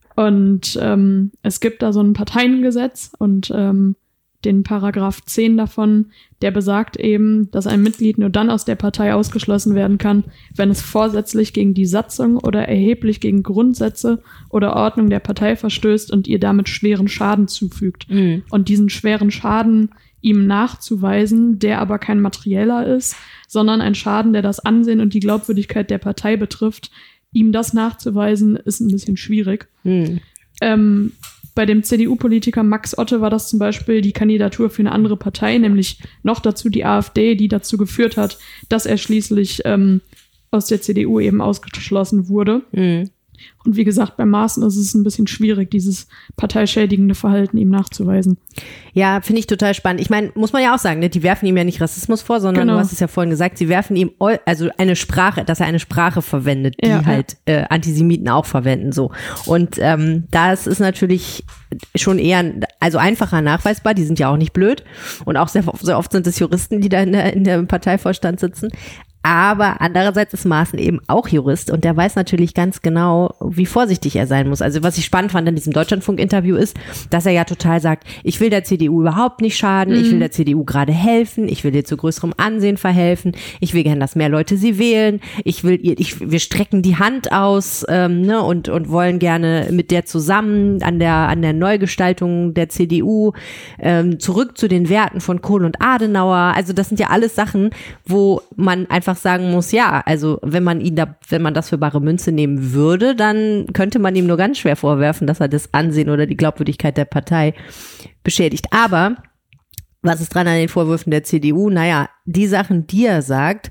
Und ähm, es gibt da so ein Parteiengesetz und ähm, den Paragraph zehn davon, der besagt eben, dass ein Mitglied nur dann aus der Partei ausgeschlossen werden kann, wenn es vorsätzlich gegen die Satzung oder erheblich gegen Grundsätze oder Ordnung der Partei verstößt und ihr damit schweren Schaden zufügt. Mhm. Und diesen schweren Schaden ihm nachzuweisen, der aber kein materieller ist, sondern ein Schaden, der das Ansehen und die Glaubwürdigkeit der Partei betrifft, ihm das nachzuweisen, ist ein bisschen schwierig. Mhm. Ähm, bei dem C D U-Politiker Max Otte war das zum Beispiel die Kandidatur für eine andere Partei, nämlich noch dazu die AfD, die dazu geführt hat, dass er schließlich ähm, aus der C D U eben ausgeschlossen wurde. Mhm. Und wie gesagt, bei Maaßen ist es ein bisschen schwierig, dieses parteischädigende Verhalten ihm nachzuweisen. Ja, finde ich total spannend. Ich meine, muss man ja auch sagen, ne, die werfen ihm ja nicht Rassismus vor, sondern Genau. du hast es ja vorhin gesagt, sie werfen ihm eu- also eine Sprache, dass er eine Sprache verwendet, die Ja, halt äh, Antisemiten auch verwenden so. Und ähm, das ist natürlich schon eher, also einfacher nachweisbar, die sind ja auch nicht blöd und auch sehr, sehr oft sind es Juristen, die da in der, in der Parteivorstand sitzen. Aber andererseits ist Maaßen eben auch Jurist und der weiß natürlich ganz genau, wie vorsichtig er sein muss. Also was ich spannend fand an diesem Deutschlandfunk-Interview ist, dass er ja total sagt, ich will der C D U überhaupt nicht schaden, Mhm. ich will der C D U gerade helfen, ich will ihr zu größerem Ansehen verhelfen, ich will gern, dass mehr Leute sie wählen, ich will ihr, ich, wir strecken die Hand aus ähm, ne, und und wollen gerne mit der zusammen an der an der Neugestaltung der C D U ähm, zurück zu den Werten von Kohl und Adenauer. Also das sind ja alles Sachen, wo man einfach sagen muss, ja, also wenn man ihn da, wenn man das für bare Münze nehmen würde, dann könnte man ihm nur ganz schwer vorwerfen, dass er das Ansehen oder die Glaubwürdigkeit der Partei beschädigt. Aber was ist dran an den Vorwürfen der C D U? Naja, die Sachen, die er sagt,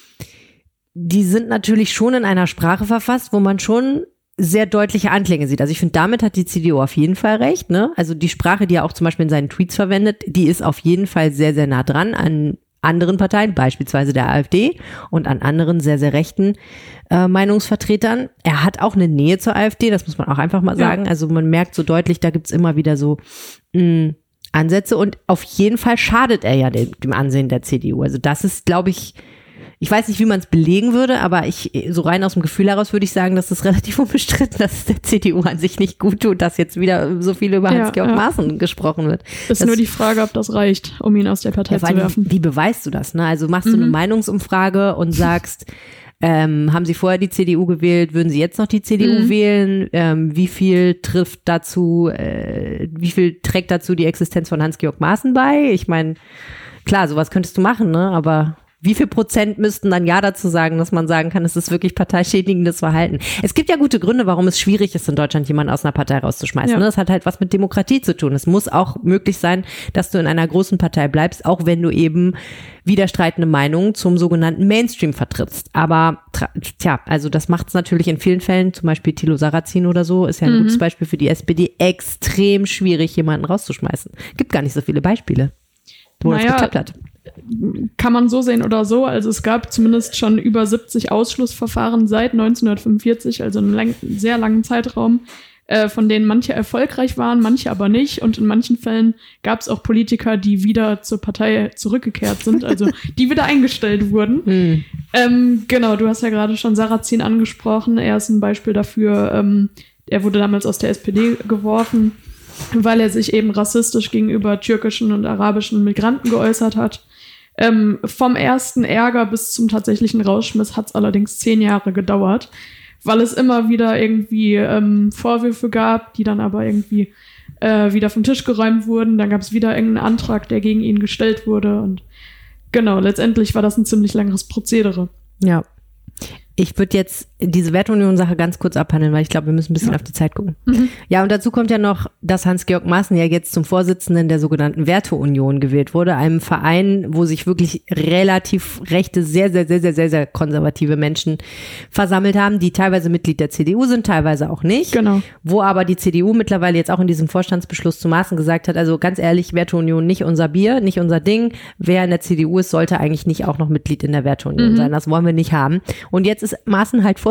die sind natürlich schon in einer Sprache verfasst, wo man schon sehr deutliche Anklänge sieht. Also ich finde, damit hat die C D U auf jeden Fall recht, ne? Also die Sprache, die er auch zum Beispiel in seinen Tweets verwendet, die ist auf jeden Fall sehr, sehr nah dran an anderen Parteien, beispielsweise der AfD und an anderen sehr, sehr rechten äh, Meinungsvertretern. Er hat auch eine Nähe zur AfD, das muss man auch einfach mal sagen. Ja. Also man merkt so deutlich, da gibt's immer wieder so mh, Ansätze und auf jeden Fall schadet er ja dem, dem Ansehen der C D U. Also das ist, glaube ich, ich weiß nicht, wie man es belegen würde, aber ich, so rein aus dem Gefühl heraus würde ich sagen, dass es relativ unbestritten, dass es der C D U an sich nicht gut tut, dass jetzt wieder so viel über Ja, Hans-Georg ja. Maaßen gesprochen wird. Ist Das- nur die Frage, ob das reicht, um ihn aus der Partei Ja, vor zu allem, werfen. wie beweist du das? Ne? Also machst du eine Mhm. Meinungsumfrage und sagst, ähm, haben Sie vorher die C D U gewählt, würden Sie jetzt noch die C D U Mhm. wählen? Ähm, wie viel trifft dazu, äh, wie viel trägt dazu die Existenz von Hans-Georg Maaßen bei? Ich meine, klar, sowas könntest du machen, ne? Aber wie viel Prozent müssten dann ja dazu sagen, dass man sagen kann, es ist wirklich parteischädigendes Verhalten? Es gibt ja gute Gründe, warum es schwierig ist, in Deutschland jemanden aus einer Partei rauszuschmeißen. Ja. Ne? Das hat halt was mit Demokratie zu tun. Es muss auch möglich sein, dass du in einer großen Partei bleibst, auch wenn du eben widerstreitende Meinungen zum sogenannten Mainstream vertrittst. Aber tra- tja, also das macht es natürlich in vielen Fällen, zum Beispiel Thilo Sarrazin oder so, ist ja ein Mhm. gutes Beispiel für die S P D, extrem schwierig, jemanden rauszuschmeißen. Gibt gar nicht so viele Beispiele, wo das Naja, geklappt hat. Kann man so sehen oder so. Also es gab zumindest schon über siebzig Ausschlussverfahren seit neunzehnhundertfünfundvierzig, also einen lang, sehr langen Zeitraum, äh, von denen manche erfolgreich waren, manche aber nicht. Und in manchen Fällen gab es auch Politiker, die wieder zur Partei zurückgekehrt sind, also die wieder eingestellt wurden. Hm. Ähm, genau, du hast ja gerade schon Sarrazin angesprochen. Er ist ein Beispiel dafür. Ähm, er wurde damals aus der S P D geworfen, weil er sich eben rassistisch gegenüber türkischen und arabischen Migranten geäußert hat. Ähm, vom ersten Ärger bis zum tatsächlichen Rausschmiss hat es allerdings zehn Jahre gedauert, weil es immer wieder irgendwie ähm, Vorwürfe gab, die dann aber irgendwie äh, wieder vom Tisch geräumt wurden. Dann gab es wieder irgendeinen Antrag, der gegen ihn gestellt wurde. Und genau, letztendlich war das ein ziemlich langes Prozedere. Ja. Ich würde jetzt diese Werteunion-Sache ganz kurz abhandeln, weil ich glaube, wir müssen ein bisschen Ja. auf die Zeit gucken. Mhm. Ja, und dazu kommt ja noch, dass Hans-Georg Maaßen ja jetzt zum Vorsitzenden der sogenannten Werteunion gewählt wurde, einem Verein, wo sich wirklich relativ rechte, sehr, sehr, sehr, sehr, sehr, sehr konservative Menschen versammelt haben, die teilweise Mitglied der C D U sind, teilweise auch nicht. Genau. Wo aber die C D U mittlerweile jetzt auch in diesem Vorstandsbeschluss zu Maaßen gesagt hat, also ganz ehrlich, Werteunion nicht unser Bier, nicht unser Ding. Wer in der C D U ist, sollte eigentlich nicht auch noch Mitglied in der Werteunion Mhm. sein. Das wollen wir nicht haben. Und jetzt ist Maaßen halt Vorsitzender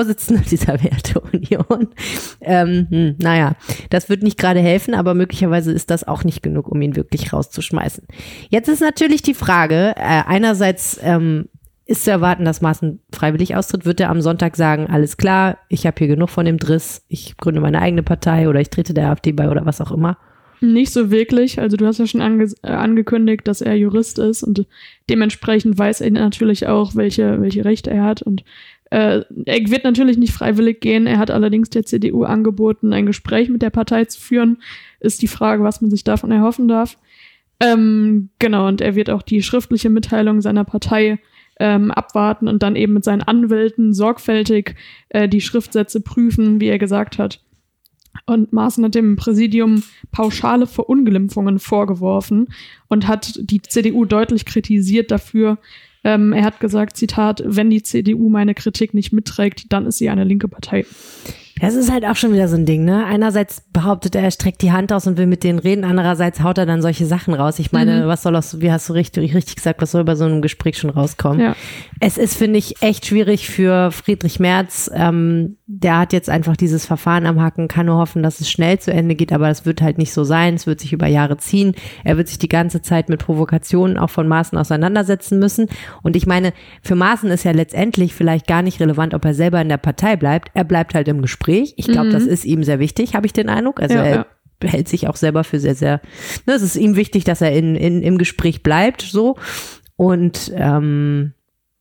Vorsitzender dieser Werteunion. Ähm, hm, naja, das wird nicht gerade helfen, aber möglicherweise ist das auch nicht genug, um ihn wirklich rauszuschmeißen. Jetzt ist natürlich die Frage, äh, einerseits ähm, ist zu erwarten, dass Maaßen freiwillig austritt. Wird er am Sonntag sagen, alles klar, ich habe hier genug von dem Driss, ich gründe meine eigene Partei oder ich trete der AfD bei oder was auch immer? Nicht so wirklich. Also du hast ja schon ange- äh, angekündigt, dass er Jurist ist und dementsprechend weiß er natürlich auch, welche, welche Rechte er hat. Und äh, er wird natürlich nicht freiwillig gehen. Er hat allerdings der C D U angeboten, ein Gespräch mit der Partei zu führen. Ist die Frage, was man sich davon erhoffen darf. Ähm, genau, und er wird auch die schriftliche Mitteilung seiner Partei Ähm, abwarten und dann eben mit seinen Anwälten sorgfältig äh, die Schriftsätze prüfen, wie er gesagt hat. Und Maaßen hat dem Präsidium pauschale Verunglimpfungen vorgeworfen und hat die C D U deutlich kritisiert dafür. Ähm, er hat gesagt, Zitat, wenn die C D U meine Kritik nicht mitträgt, dann ist sie eine linke Partei. Das ist halt auch schon wieder so ein Ding, ne? Einerseits behauptet er, er streckt die Hand aus und will mit denen reden, andererseits haut er dann solche Sachen raus. Ich meine, mhm. was soll aus, wie hast du richtig, richtig gesagt, was soll bei so einem Gespräch schon rauskommen? Ja. Es ist, finde ich, echt schwierig für Friedrich Merz. Ähm, der hat jetzt einfach dieses Verfahren am Hacken, kann nur hoffen, dass es schnell zu Ende geht, aber das wird halt nicht so sein. Es wird sich über Jahre ziehen. Er wird sich die ganze Zeit mit Provokationen auch von Maaßen auseinandersetzen müssen. Und ich meine, für Maaßen ist ja letztendlich vielleicht gar nicht relevant, ob er selber in der Partei bleibt. Er bleibt halt im Gespräch. Ich glaube, mhm. das ist ihm sehr wichtig, habe ich den Eindruck. Also ja, er ja. hält sich auch selber für sehr, sehr, ne, es ist ihm wichtig, dass er in, in, im Gespräch bleibt, so. Und ähm,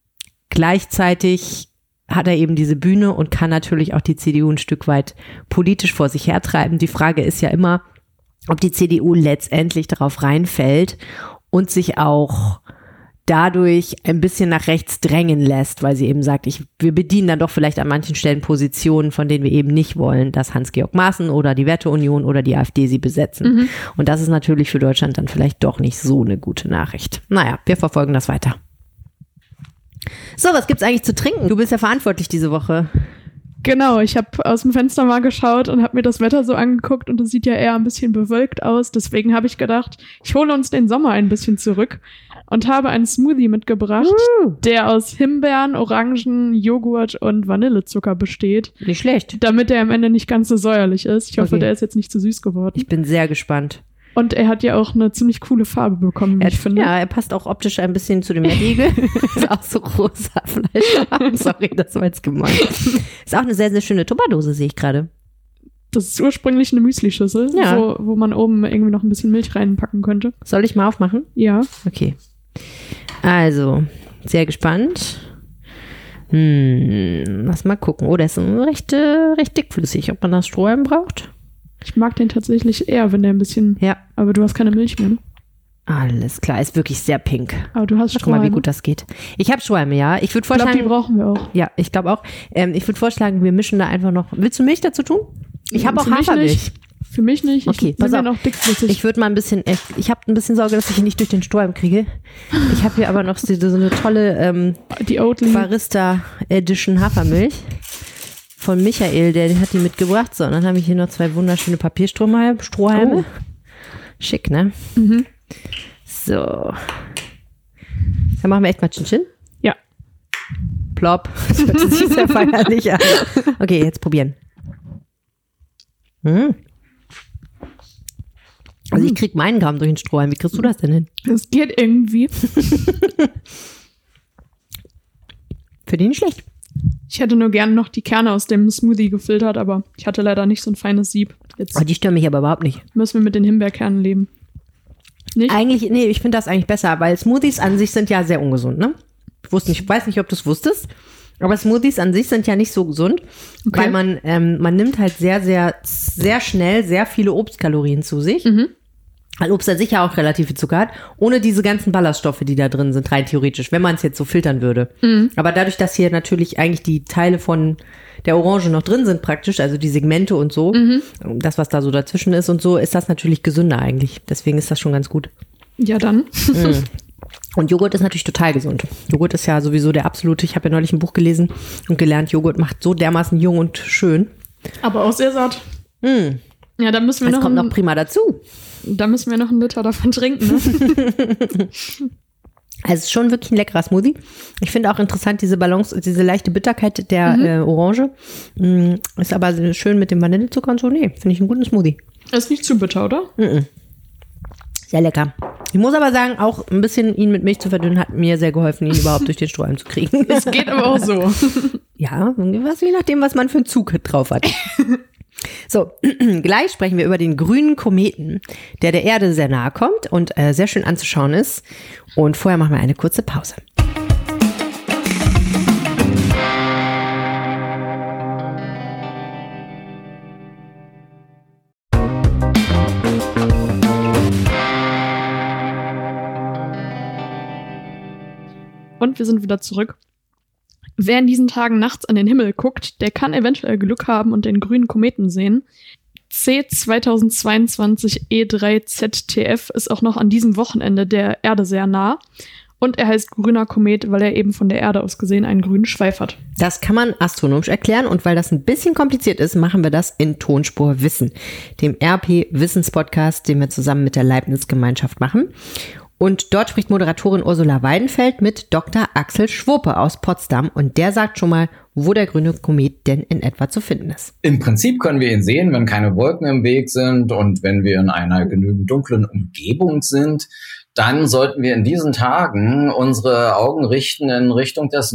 gleichzeitig hat er eben diese Bühne und kann natürlich auch die C D U ein Stück weit politisch vor sich hertreiben. Die Frage ist ja immer, ob die C D U letztendlich darauf reinfällt und sich auch dadurch ein bisschen nach rechts drängen lässt, weil sie eben sagt, ich, wir bedienen dann doch vielleicht an manchen Stellen Positionen, von denen wir eben nicht wollen, dass Hans-Georg Maaßen oder die Werteunion oder die AfD sie besetzen. Mhm. Und das ist natürlich für Deutschland dann vielleicht doch nicht so eine gute Nachricht. Naja, wir verfolgen das weiter. So, was gibt's eigentlich zu trinken? Du bist ja verantwortlich diese Woche. Genau, ich habe aus dem Fenster mal geschaut und habe mir das Wetter so angeguckt und es sieht ja eher ein bisschen bewölkt aus. Deswegen habe ich gedacht, ich hole uns den Sommer ein bisschen zurück und habe einen Smoothie mitgebracht, uh. der aus Himbeeren, Orangen, Joghurt und Vanillezucker besteht. Nicht schlecht. Damit er am Ende nicht ganz so säuerlich ist. Ich hoffe, okay. Der ist jetzt nicht zu süß geworden. Ich bin sehr gespannt. Und er hat ja auch eine ziemlich coole Farbe bekommen, wie er, ich finde. Ja, er passt auch optisch ein bisschen zu dem Riegel. Ist auch so rosa Fleisch. Sorry, das war jetzt gemein. Ist auch eine sehr, sehr schöne Tupperdose, sehe ich gerade. Das ist ursprünglich eine Müslischüssel, ja. wo, wo man oben irgendwie noch ein bisschen Milch reinpacken könnte. Soll ich mal aufmachen? Ja. Okay. Also, sehr gespannt. Hm, lass mal gucken. Oh, der ist recht, recht dickflüssig. Ob man das Strohhalm braucht? Ich mag den tatsächlich eher, wenn der ein bisschen... Ja. Aber du hast keine Milch mehr, ne? Alles klar, ist wirklich sehr pink. Aber du hast Strohhalme. Guck mal, wie gut das geht. Ich habe Strohhalme, ja. Ich würde vorschlagen... Ich glaube, die brauchen wir auch. Ja, ich glaube auch. Ähm, ich würde vorschlagen, wir mischen da einfach noch... Willst du Milch dazu tun? Ich habe auch Für Hafermilch. Nicht. Für mich nicht. Okay, ich pass bin auf. ja noch dickflüssig. Ich würde mal ein bisschen... Ich, ich habe ein bisschen Sorge, dass ich ihn nicht durch den Strohhalm kriege. Ich habe hier aber noch so, so eine tolle ähm, die Oatly Barista Edition Hafermilch. Von Michael, der hat die mitgebracht. So, und dann habe ich hier noch zwei wunderschöne Papierstrohhalme. Strohhalme. Oh. Schick, ne? Mhm. So. Dann machen wir echt mal Chin-Chin. Ja. Plopp. Das hört sich sehr feierlich an. Okay, jetzt probieren. Hm. Also ich krieg meinen kaum durch den Strohhalm. Wie kriegst du das denn hin? Das geht irgendwie. Für den nicht schlecht. Ich hätte nur gerne noch die Kerne aus dem Smoothie gefiltert, aber ich hatte leider nicht so ein feines Sieb. Jetzt oh, die stören mich aber überhaupt nicht. Müssen wir mit den Himbeerkernen leben. Nicht? Eigentlich, nee, ich finde das eigentlich besser, weil Smoothies an sich sind ja sehr ungesund, ne? Ich wusste nicht, ich weiß nicht, ob du es wusstest, aber Smoothies an sich sind ja nicht so gesund, okay. Weil man, ähm, man nimmt halt sehr, sehr, sehr schnell sehr viele Obstkalorien zu sich. Mhm. Weil Obst an sich ja auch relativ viel Zucker hat, ohne diese ganzen Ballaststoffe, die da drin sind, rein theoretisch, wenn man es jetzt so filtern würde. Mhm. Aber dadurch, dass hier natürlich eigentlich die Teile von der Orange noch drin sind praktisch, also die Segmente und so, mhm. das, was da so dazwischen ist und so, ist das natürlich gesünder eigentlich. Deswegen ist das schon ganz gut. Ja, dann. Mhm. Und Joghurt ist natürlich total gesund. Joghurt ist ja sowieso der absolute, ich habe ja neulich ein Buch gelesen und gelernt, Joghurt macht so dermaßen jung und schön. Aber auch sehr satt. Mhm. Ja, dann müssen wir das noch... kommt ein, noch prima dazu. Da müssen wir noch einen Liter davon trinken, ne? Also es ist schon wirklich ein leckerer Smoothie. Ich finde auch interessant diese Balance, diese leichte Bitterkeit der mhm. äh, Orange. Mm, ist aber schön mit dem Vanillezucker und so. Nee, finde ich einen guten Smoothie. Ist nicht zu bitter, oder? Mhm. Sehr lecker. Ich muss aber sagen, auch ein bisschen ihn mit Milch zu verdünnen, hat mir sehr geholfen, ihn überhaupt durch den Strohhalm zu kriegen. Das geht aber auch so. Ja, was, je nachdem, was man für einen Zug drauf hat. So, gleich sprechen wir über den grünen Kometen, der der Erde sehr nahe kommt und äh, sehr schön anzuschauen ist. Und vorher machen wir eine kurze Pause. Und wir sind wieder zurück. Wer in diesen Tagen nachts an den Himmel guckt, der kann eventuell Glück haben und den grünen Kometen sehen. C zweitausendzweiundzwanzig E drei Z T F ist auch noch an diesem Wochenende der Erde sehr nah. Und er heißt grüner Komet, weil er eben von der Erde aus gesehen einen grünen Schweif hat. Das kann man astronomisch erklären und weil das ein bisschen kompliziert ist, machen wir das in Tonspur Wissen, dem R P-Wissenspodcast, den wir zusammen mit der Leibniz-Gemeinschaft machen. Und dort spricht Moderatorin Ursula Weidenfeld mit Doktor Axel Schwope aus Potsdam und der sagt schon mal, wo der grüne Komet denn in etwa zu finden ist. Im Prinzip können wir ihn sehen, wenn keine Wolken im Weg sind und wenn wir in einer genügend dunklen Umgebung sind. Dann sollten wir in diesen Tagen unsere Augen richten in Richtung des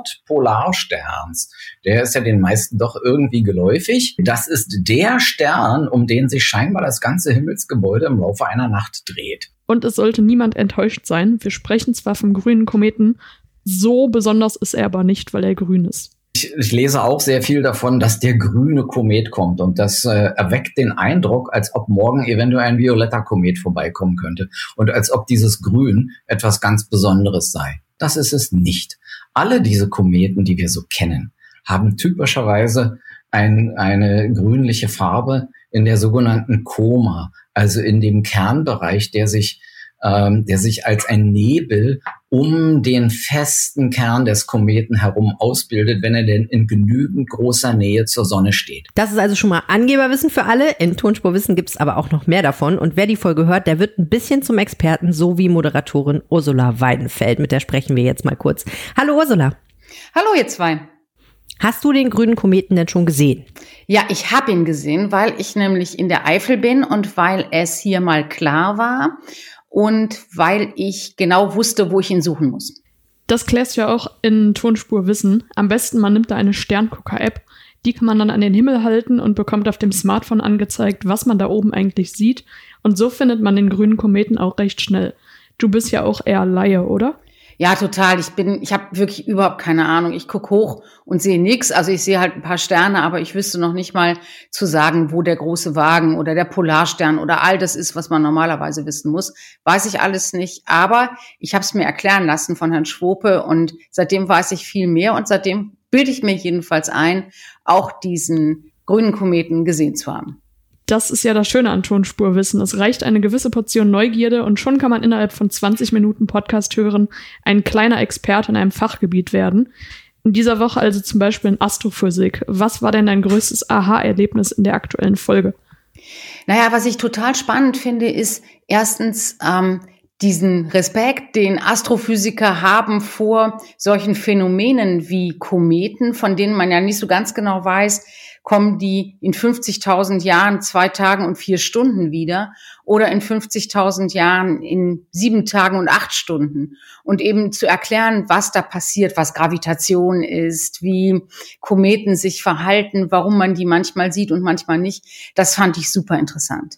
Nordpolarsterns. Der ist ja den meisten doch irgendwie geläufig. Das ist der Stern, um den sich scheinbar das ganze Himmelsgebäude im Laufe einer Nacht dreht. Und es sollte niemand enttäuscht sein. Wir sprechen zwar vom grünen Kometen, so besonders ist er aber nicht, weil er grün ist. Ich, ich lese auch sehr viel davon, dass der grüne Komet kommt und das äh, erweckt den Eindruck, als ob morgen eventuell ein violetter Komet vorbeikommen könnte und als ob dieses Grün etwas ganz Besonderes sei. Das ist es nicht. Alle diese Kometen, die wir so kennen, haben typischerweise ein, eine grünliche Farbe in der sogenannten Koma, also in dem Kernbereich, der sich ähm, der sich als ein Nebel um den festen Kern des Kometen herum ausbildet, wenn er denn in genügend großer Nähe zur Sonne steht. Das ist also schon mal Angeberwissen für alle. In Tonspurwissen gibt es aber auch noch mehr davon. Und wer die Folge hört, der wird ein bisschen zum Experten, so wie Moderatorin Ursula Weidenfeld. Mit der sprechen wir jetzt mal kurz. Hallo Ursula. Hallo ihr zwei. Hast du den grünen Kometen denn schon gesehen? Ja, ich habe ihn gesehen, weil ich nämlich in der Eifel bin und weil es hier mal klar war und weil ich genau wusste, wo ich ihn suchen muss. Das klärst du ja auch in Tonspur Wissen. Am besten, man nimmt da eine Sterngucker-App. Die kann man dann an den Himmel halten und bekommt auf dem Smartphone angezeigt, was man da oben eigentlich sieht. Und so findet man den grünen Kometen auch recht schnell. Du bist ja auch eher Laie, oder? Ja, total. Ich bin, ich habe wirklich überhaupt keine Ahnung. Ich gucke hoch und sehe nichts. Also ich sehe halt ein paar Sterne, aber ich wüsste noch nicht mal zu sagen, wo der große Wagen oder der Polarstern oder all das ist, was man normalerweise wissen muss. Weiß ich alles nicht. Aber ich habe es mir erklären lassen von Herrn Schwope und seitdem weiß ich viel mehr und seitdem bilde ich mir jedenfalls ein, auch diesen grünen Kometen gesehen zu haben. Das ist ja das Schöne an Tonspurwissen. Es reicht eine gewisse Portion Neugierde und schon kann man innerhalb von zwanzig Minuten Podcast hören, ein kleiner Experte in einem Fachgebiet werden. In dieser Woche also zum Beispiel in Astrophysik. Was war denn dein größtes Aha-Erlebnis in der aktuellen Folge? Naja, was ich total spannend finde, ist erstens ähm, diesen Respekt, den Astrophysiker haben vor solchen Phänomenen wie Kometen, von denen man ja nicht so ganz genau weiß, kommen die in fünfzigtausend Jahren, zwei Tagen und vier Stunden wieder oder in fünfzigtausend Jahren in sieben Tagen und acht Stunden. Und eben zu erklären, was da passiert, was Gravitation ist, wie Kometen sich verhalten, warum man die manchmal sieht und manchmal nicht, das fand ich super interessant.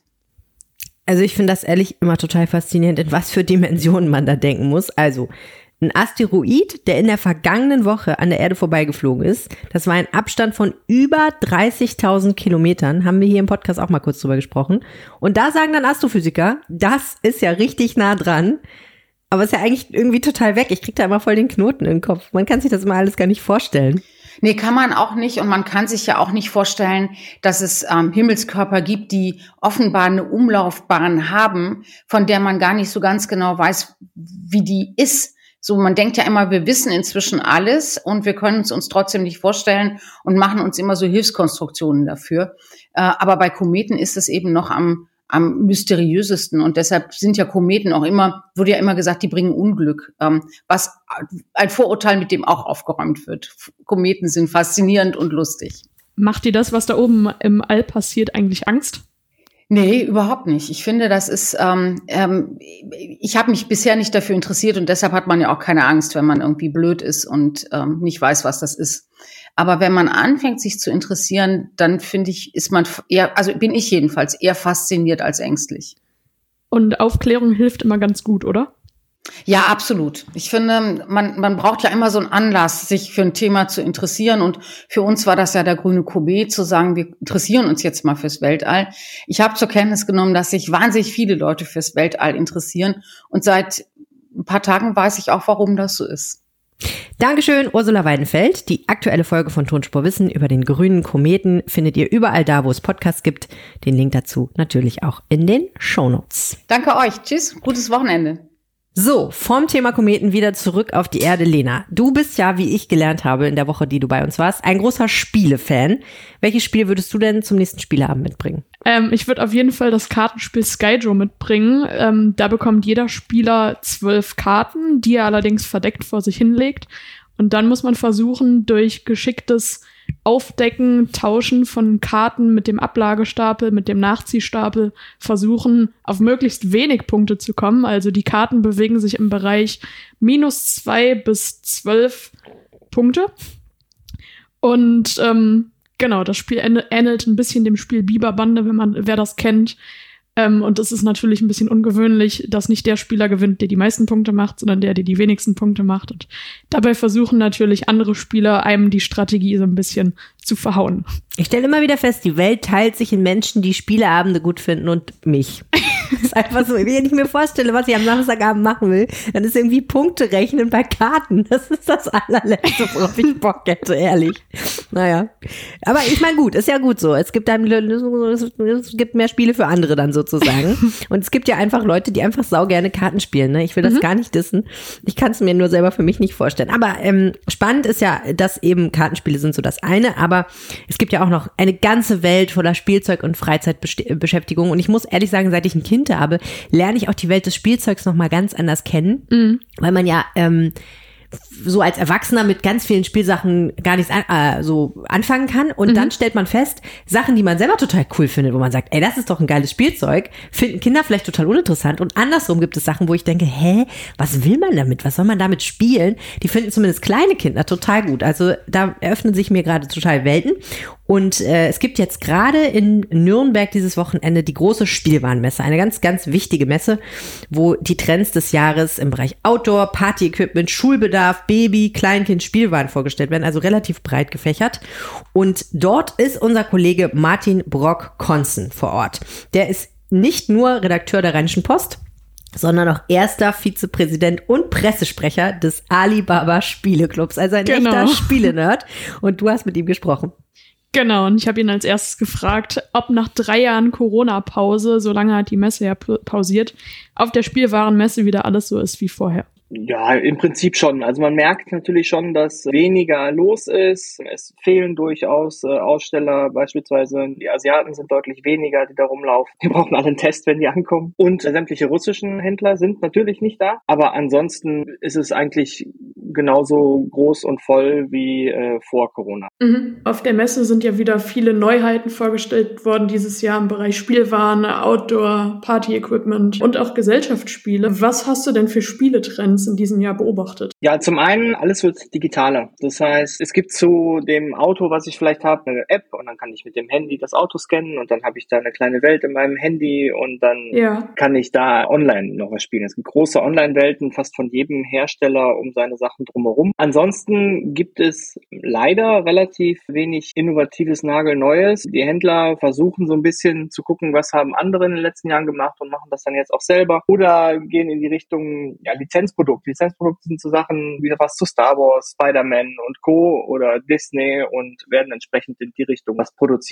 Also ich finde das ehrlich immer total faszinierend, in was für Dimensionen man da denken muss. Also ein Asteroid, der in der vergangenen Woche an der Erde vorbeigeflogen ist, das war ein Abstand von über dreißigtausend Kilometern, haben wir hier im Podcast auch mal kurz drüber gesprochen. Und da sagen dann Astrophysiker, das ist ja richtig nah dran, aber ist ja eigentlich irgendwie total weg. Ich krieg da immer voll den Knoten im Kopf. Man kann sich das immer alles gar nicht vorstellen. Nee, kann man auch nicht. Und man kann sich ja auch nicht vorstellen, dass es ähm, Himmelskörper gibt, die offenbar eine Umlaufbahn haben, von der man gar nicht so ganz genau weiß, wie die ist. So, man denkt ja immer, wir wissen inzwischen alles und wir können es uns trotzdem nicht vorstellen und machen uns immer so Hilfskonstruktionen dafür. Äh, aber bei Kometen ist es eben noch am, am mysteriösesten. Und deshalb sind ja Kometen auch immer, wurde ja immer gesagt, die bringen Unglück, ähm, was ein Vorurteil, mit dem auch aufgeräumt wird. Kometen sind faszinierend und lustig. Macht dir das, was da oben im All passiert, eigentlich Angst? Nee, überhaupt nicht. Ich finde, das ist, ähm, ähm, ich habe mich bisher nicht dafür interessiert und deshalb hat man ja auch keine Angst, wenn man irgendwie blöd ist und ähm, nicht weiß, was das ist. Aber wenn man anfängt, sich zu interessieren, dann finde ich, ist man eher, also bin ich jedenfalls eher fasziniert als ängstlich. Und Aufklärung hilft immer ganz gut, oder? Ja, absolut. Ich finde, man, man braucht ja immer so einen Anlass, sich für ein Thema zu interessieren. Und für uns war das ja der grüne Komet, zu sagen, wir interessieren uns jetzt mal fürs Weltall. Ich habe zur Kenntnis genommen, dass sich wahnsinnig viele Leute fürs Weltall interessieren. Und seit ein paar Tagen weiß ich auch, warum das so ist. Dankeschön, Ursula Weidenfeld. Die aktuelle Folge von Tonspur Wissen über den grünen Kometen findet ihr überall da, wo es Podcasts gibt. Den Link dazu natürlich auch in den Shownotes. Danke euch. Tschüss. Gutes Wochenende. So, vom Thema Kometen wieder zurück auf die Erde, Lena. Du bist ja, wie ich gelernt habe in der Woche, die du bei uns warst, ein großer Spiele-Fan. Welches Spiel würdest du denn zum nächsten Spieleabend mitbringen? Ähm, ich würde auf jeden Fall das Kartenspiel Skyjo mitbringen. Ähm, da bekommt jeder Spieler zwölf Karten, die er allerdings verdeckt vor sich hinlegt. Und dann muss man versuchen, durch geschicktes Aufdecken, Tauschen von Karten mit dem Ablagestapel, mit dem Nachziehstapel, versuchen, auf möglichst wenig Punkte zu kommen. Also die Karten bewegen sich im Bereich minus zwei bis zwölf Punkte. Und ähm, genau, das Spiel ähnelt ein bisschen dem Spiel Biberbande, wenn man, wer das kennt. Ähm, und es ist natürlich ein bisschen ungewöhnlich, dass nicht der Spieler gewinnt, der die meisten Punkte macht, sondern der, der die wenigsten Punkte macht. Und dabei versuchen natürlich andere Spieler, einem die Strategie so ein bisschen zu verhauen. Ich stelle immer wieder fest, die Welt teilt sich in Menschen, die Spieleabende gut finden und mich. Das ist einfach so, wenn ich mir vorstelle, was ich am Samstagabend machen will, dann ist irgendwie Punkte rechnen bei Karten. Das ist das allerletzte, worauf ich Bock hätte, ehrlich. Naja. Aber ich meine, gut, ist ja gut so. Es gibt dann, es gibt mehr Spiele für andere dann sozusagen. Und es gibt ja einfach Leute, die einfach sau gerne Karten spielen. Ne? Ich will das mhm. gar nicht dissen. Ich kann es mir nur selber für mich nicht vorstellen. Aber ähm, spannend ist ja, dass eben Kartenspiele sind so das eine, aber es gibt ja auch noch eine ganze Welt voller Spielzeug und Freizeitbeschäftigung. Und ich muss ehrlich sagen, seit ich ein Kind habe, lerne ich auch die Welt des Spielzeugs noch mal ganz anders kennen, mhm. weil man ja ähm, so als Erwachsener mit ganz vielen Spielsachen gar nichts an, äh, so anfangen kann und mhm. dann stellt man fest, Sachen, die man selber total cool findet, wo man sagt, ey, das ist doch ein geiles Spielzeug, finden Kinder vielleicht total uninteressant und andersrum gibt es Sachen, wo ich denke, hä, was will man damit, was soll man damit spielen? Die finden zumindest kleine Kinder total gut, also da eröffnen sich mir gerade total Welten und äh, es gibt jetzt gerade in Nürnberg dieses Wochenende die große Spielwarenmesse, eine ganz, ganz wichtige Messe, wo die Trends des Jahres im Bereich Outdoor, Party-Equipment, Schulbedarf, Baby, Kleinkind, Spielwaren vorgestellt werden, also relativ breit gefächert. Und dort ist unser Kollege Martin Brock-Konzen vor Ort. Der ist nicht nur Redakteur der Rheinischen Post, sondern auch erster Vizepräsident und Pressesprecher des Alibaba Spieleclubs, also ein genau. echter Spielenerd. Und du hast mit ihm gesprochen. Genau, und ich habe ihn als erstes gefragt, ob nach drei Jahren Corona-Pause, so lange hat die Messe ja pausiert, auf der Spielwarenmesse wieder alles so ist wie vorher. Ja, im Prinzip schon. Also man merkt natürlich schon, dass weniger los ist. Es fehlen durchaus äh, Aussteller, beispielsweise die Asiaten sind deutlich weniger, die da rumlaufen. Wir brauchen alle einen Test, wenn die ankommen. Und äh, sämtliche russischen Händler sind natürlich nicht da. Aber ansonsten ist es eigentlich genauso groß und voll wie äh, vor Corona. Mhm. Auf der Messe sind ja wieder viele Neuheiten vorgestellt worden dieses Jahr im Bereich Spielwaren, Outdoor, Party-Equipment und auch Gesellschaftsspiele. Was hast du denn für Spieletrends in diesem Jahr beobachtet? Ja, zum einen, alles wird digitaler. Das heißt, es gibt zu dem Auto, was ich vielleicht habe, eine App und dann kann ich mit dem Handy das Auto scannen und dann habe ich da eine kleine Welt in meinem Handy und dann ja. kann ich da online noch was spielen. Es gibt große Online-Welten, fast von jedem Hersteller um seine Sachen drumherum. Ansonsten gibt es leider relativ wenig innovatives, nagelneues. Die Händler versuchen so ein bisschen zu gucken, was haben andere in den letzten Jahren gemacht und machen das dann jetzt auch selber oder gehen in die Richtung ja, Lizenzprodukte. Lizenzprodukte sind so Sachen wie was zu Star Wars, Spider-Man und Co. oder Disney und werden entsprechend in die Richtung was produzieren.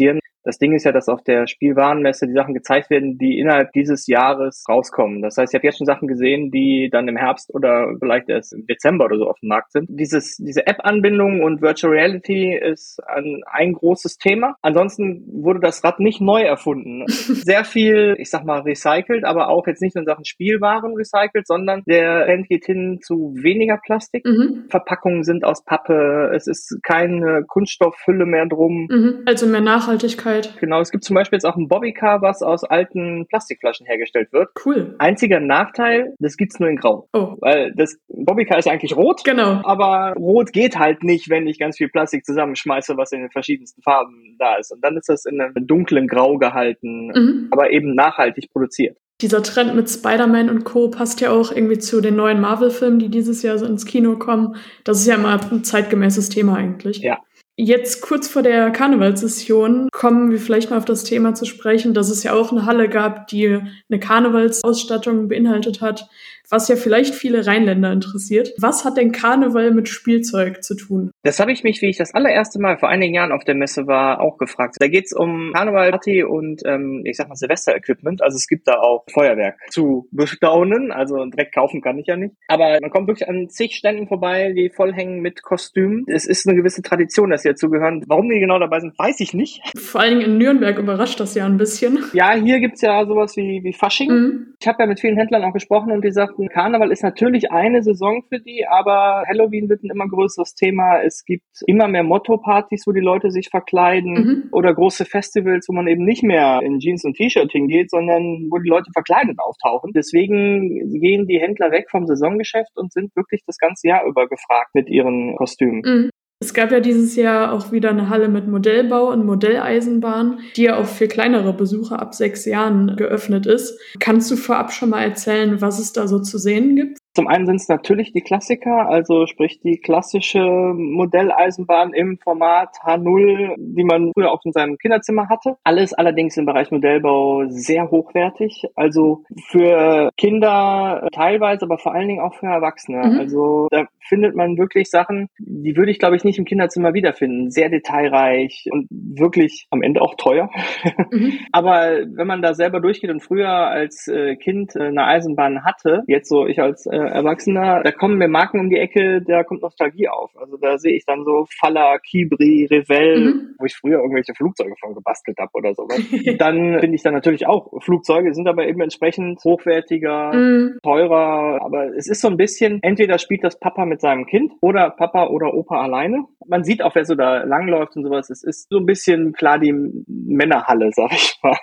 Das Ding ist ja, dass auf der Spielwarenmesse die Sachen gezeigt werden, die innerhalb dieses Jahres rauskommen. Das heißt, ich habe jetzt schon Sachen gesehen, die dann im Herbst oder vielleicht erst im Dezember oder so auf dem Markt sind. Dieses, diese App-Anbindung und Virtual Reality ist ein, ein großes Thema. Ansonsten wurde das Rad nicht neu erfunden. Sehr viel, ich sag mal, recycelt, aber auch jetzt nicht nur in Sachen Spielwaren recycelt, sondern der Trend geht hin zu weniger Plastik. Mhm. Verpackungen sind aus Pappe, es ist keine Kunststoffhülle mehr drum. Mhm. Also mehr Nachhaltigkeit. Genau, es gibt zum Beispiel jetzt auch ein Bobbycar, was aus alten Plastikflaschen hergestellt wird. Cool. Einziger Nachteil, das gibt's nur in Grau. Oh. Weil das Bobbycar ist eigentlich rot. Genau. Aber rot geht halt nicht, wenn ich ganz viel Plastik zusammenschmeiße, was in den verschiedensten Farben da ist. Und dann ist das in einem dunklen Grau gehalten, mhm. aber eben nachhaltig produziert. Dieser Trend mit Spider-Man und Co. passt ja auch irgendwie zu den neuen Marvel-Filmen, die dieses Jahr so ins Kino kommen. Das ist ja mal ein zeitgemäßes Thema eigentlich. Ja. Jetzt kurz vor der Karnevalssession kommen wir vielleicht mal auf das Thema zu sprechen, dass es ja auch eine Halle gab, die eine Karnevalsausstattung beinhaltet hat, was ja vielleicht viele Rheinländer interessiert. Was hat denn Karneval mit Spielzeug zu tun? Das habe ich mich, wie ich das allererste Mal vor einigen Jahren auf der Messe war, auch gefragt. Da geht's um Karneval-Party und ähm, ich sag mal Silvester-Equipment. Also es gibt da auch Feuerwerk zu bestaunen. Also direkt kaufen kann ich ja nicht. Aber man kommt wirklich an zig Ständen vorbei, die vollhängen mit Kostümen. Es ist eine gewisse Tradition, dass sie dazugehören. Warum die genau dabei sind, weiß ich nicht. Vor allen Dingen in Nürnberg überrascht das ja ein bisschen. Ja, hier gibt's ja sowas wie, wie Fasching. Mhm. Ich habe ja mit vielen Händlern auch gesprochen und die sagten, Karneval ist natürlich eine Saison für die, aber Halloween wird ein immer größeres Thema. Es gibt immer mehr Motto-Partys, wo die Leute sich verkleiden mhm. oder große Festivals, wo man eben nicht mehr in Jeans und T-Shirt hingeht, sondern wo die Leute verkleidet auftauchen. Deswegen gehen die Händler weg vom Saisongeschäft und sind wirklich das ganze Jahr über gefragt mit ihren Kostümen. Mhm. Es gab ja dieses Jahr auch wieder eine Halle mit Modellbau und Modelleisenbahn, die ja auch für kleinere Besucher ab sechs Jahren geöffnet ist. Kannst du vorab schon mal erzählen, was es da so zu sehen gibt? Zum einen sind es natürlich die Klassiker, also sprich die klassische Modelleisenbahn im Format H null, die man früher auch in seinem Kinderzimmer hatte. Alles allerdings im Bereich Modellbau sehr hochwertig, also für Kinder teilweise, aber vor allen Dingen auch für Erwachsene. Mhm. Also da findet man wirklich Sachen, die würde ich glaube ich nicht im Kinderzimmer wiederfinden. Sehr detailreich und wirklich am Ende auch teuer. Mhm. Aber wenn man da selber durchgeht und früher als Kind eine Eisenbahn hatte, jetzt so ich als Erwachsener, da kommen mir Marken um die Ecke, da kommt Nostalgie auf. Also da sehe ich dann so Faller, Kibri, Revell, mhm. wo ich früher irgendwelche Flugzeuge von gebastelt habe oder sowas. Dann finde ich dann natürlich auch Flugzeuge, sind aber eben entsprechend hochwertiger, mhm. teurer. Aber es ist so ein bisschen, entweder spielt das Papa mit seinem Kind oder Papa oder Opa alleine. Man sieht auch, wer so da langläuft und sowas. Es ist so ein bisschen klar die Männerhalle, sag ich mal.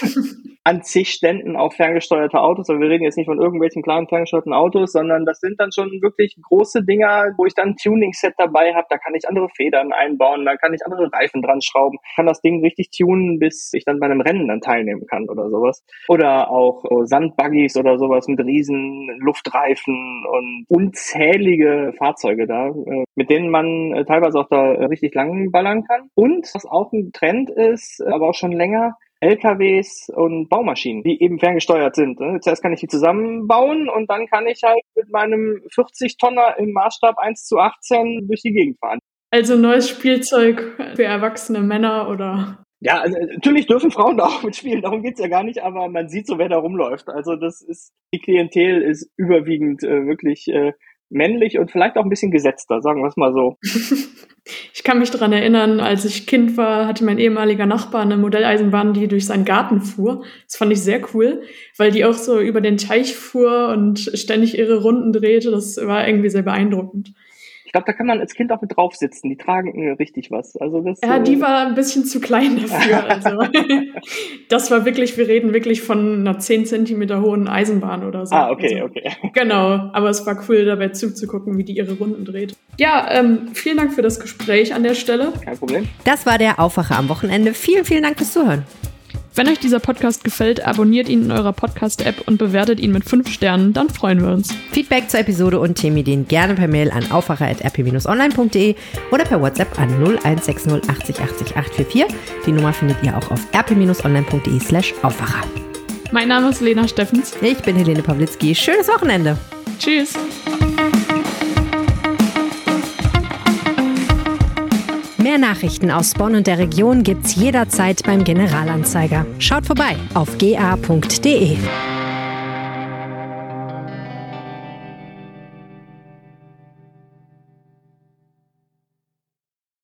An zig Ständen auch ferngesteuerte Autos. Aber wir reden jetzt nicht von irgendwelchen kleinen ferngesteuerten Autos, sondern das sind dann schon wirklich große Dinger, wo ich dann ein Tuning-Set dabei habe. Da kann ich andere Federn einbauen, da kann ich andere Reifen dran schrauben, kann das Ding richtig tunen, bis ich dann bei einem Rennen dann teilnehmen kann oder sowas. Oder auch oh, Sandbuggies oder sowas mit riesen Luftreifen und unzählige Fahrzeuge da, äh, mit denen man äh, teilweise auch da äh, richtig lang ballern kann. Und was auch ein Trend ist, aber auch schon länger, L K Ws und Baumaschinen, die eben ferngesteuert sind. Zuerst kann ich die zusammenbauen und dann kann ich halt mit meinem vierzig Tonner im Maßstab eins zu achtzehn durch die Gegend fahren. Also neues Spielzeug für erwachsene Männer oder? Ja, also natürlich dürfen Frauen da auch mitspielen, darum geht's ja gar nicht, aber man sieht so, wer da rumläuft. Also das ist, die Klientel ist überwiegend äh, wirklich äh, männlich und vielleicht auch ein bisschen gesetzter, sagen wir es mal so. Ich kann mich daran erinnern, als ich Kind war, hatte mein ehemaliger Nachbar eine Modelleisenbahn, die durch seinen Garten fuhr. Das fand ich sehr cool, weil die auch so über den Teich fuhr und ständig ihre Runden drehte. Das war irgendwie sehr beeindruckend. Ich glaube, da kann man als Kind auch mit drauf sitzen. Die tragen äh, richtig was. Also das, ja, die war ein bisschen zu klein dafür. Also das war wirklich, wir reden wirklich von einer zehn Zentimeter hohen Eisenbahn oder so. Ah, okay, also, okay. Genau, aber es war cool, dabei zuzugucken, wie die ihre Runden dreht. Ja, ähm, vielen Dank für das Gespräch an der Stelle. Kein Problem. Das war der Aufwacher am Wochenende. Vielen, vielen Dank fürs Zuhören. Wenn euch dieser Podcast gefällt, abonniert ihn in eurer Podcast-App und bewertet ihn mit fünf Sternen, dann freuen wir uns. Feedback zur Episode und Themenideen gerne per Mail an aufwacher at r p dash online punkt d e oder per WhatsApp an null eins sechs null achtzig achtzig acht vier vier. Die Nummer findet ihr auch auf r p dash online punkt d e slash aufwacher. Mein Name ist Lena Steffens. Ich bin Helene Pawlitzki. Schönes Wochenende. Tschüss. Mehr Nachrichten aus Bonn und der Region gibt's jederzeit beim Generalanzeiger. Schaut vorbei auf g a punkt d e.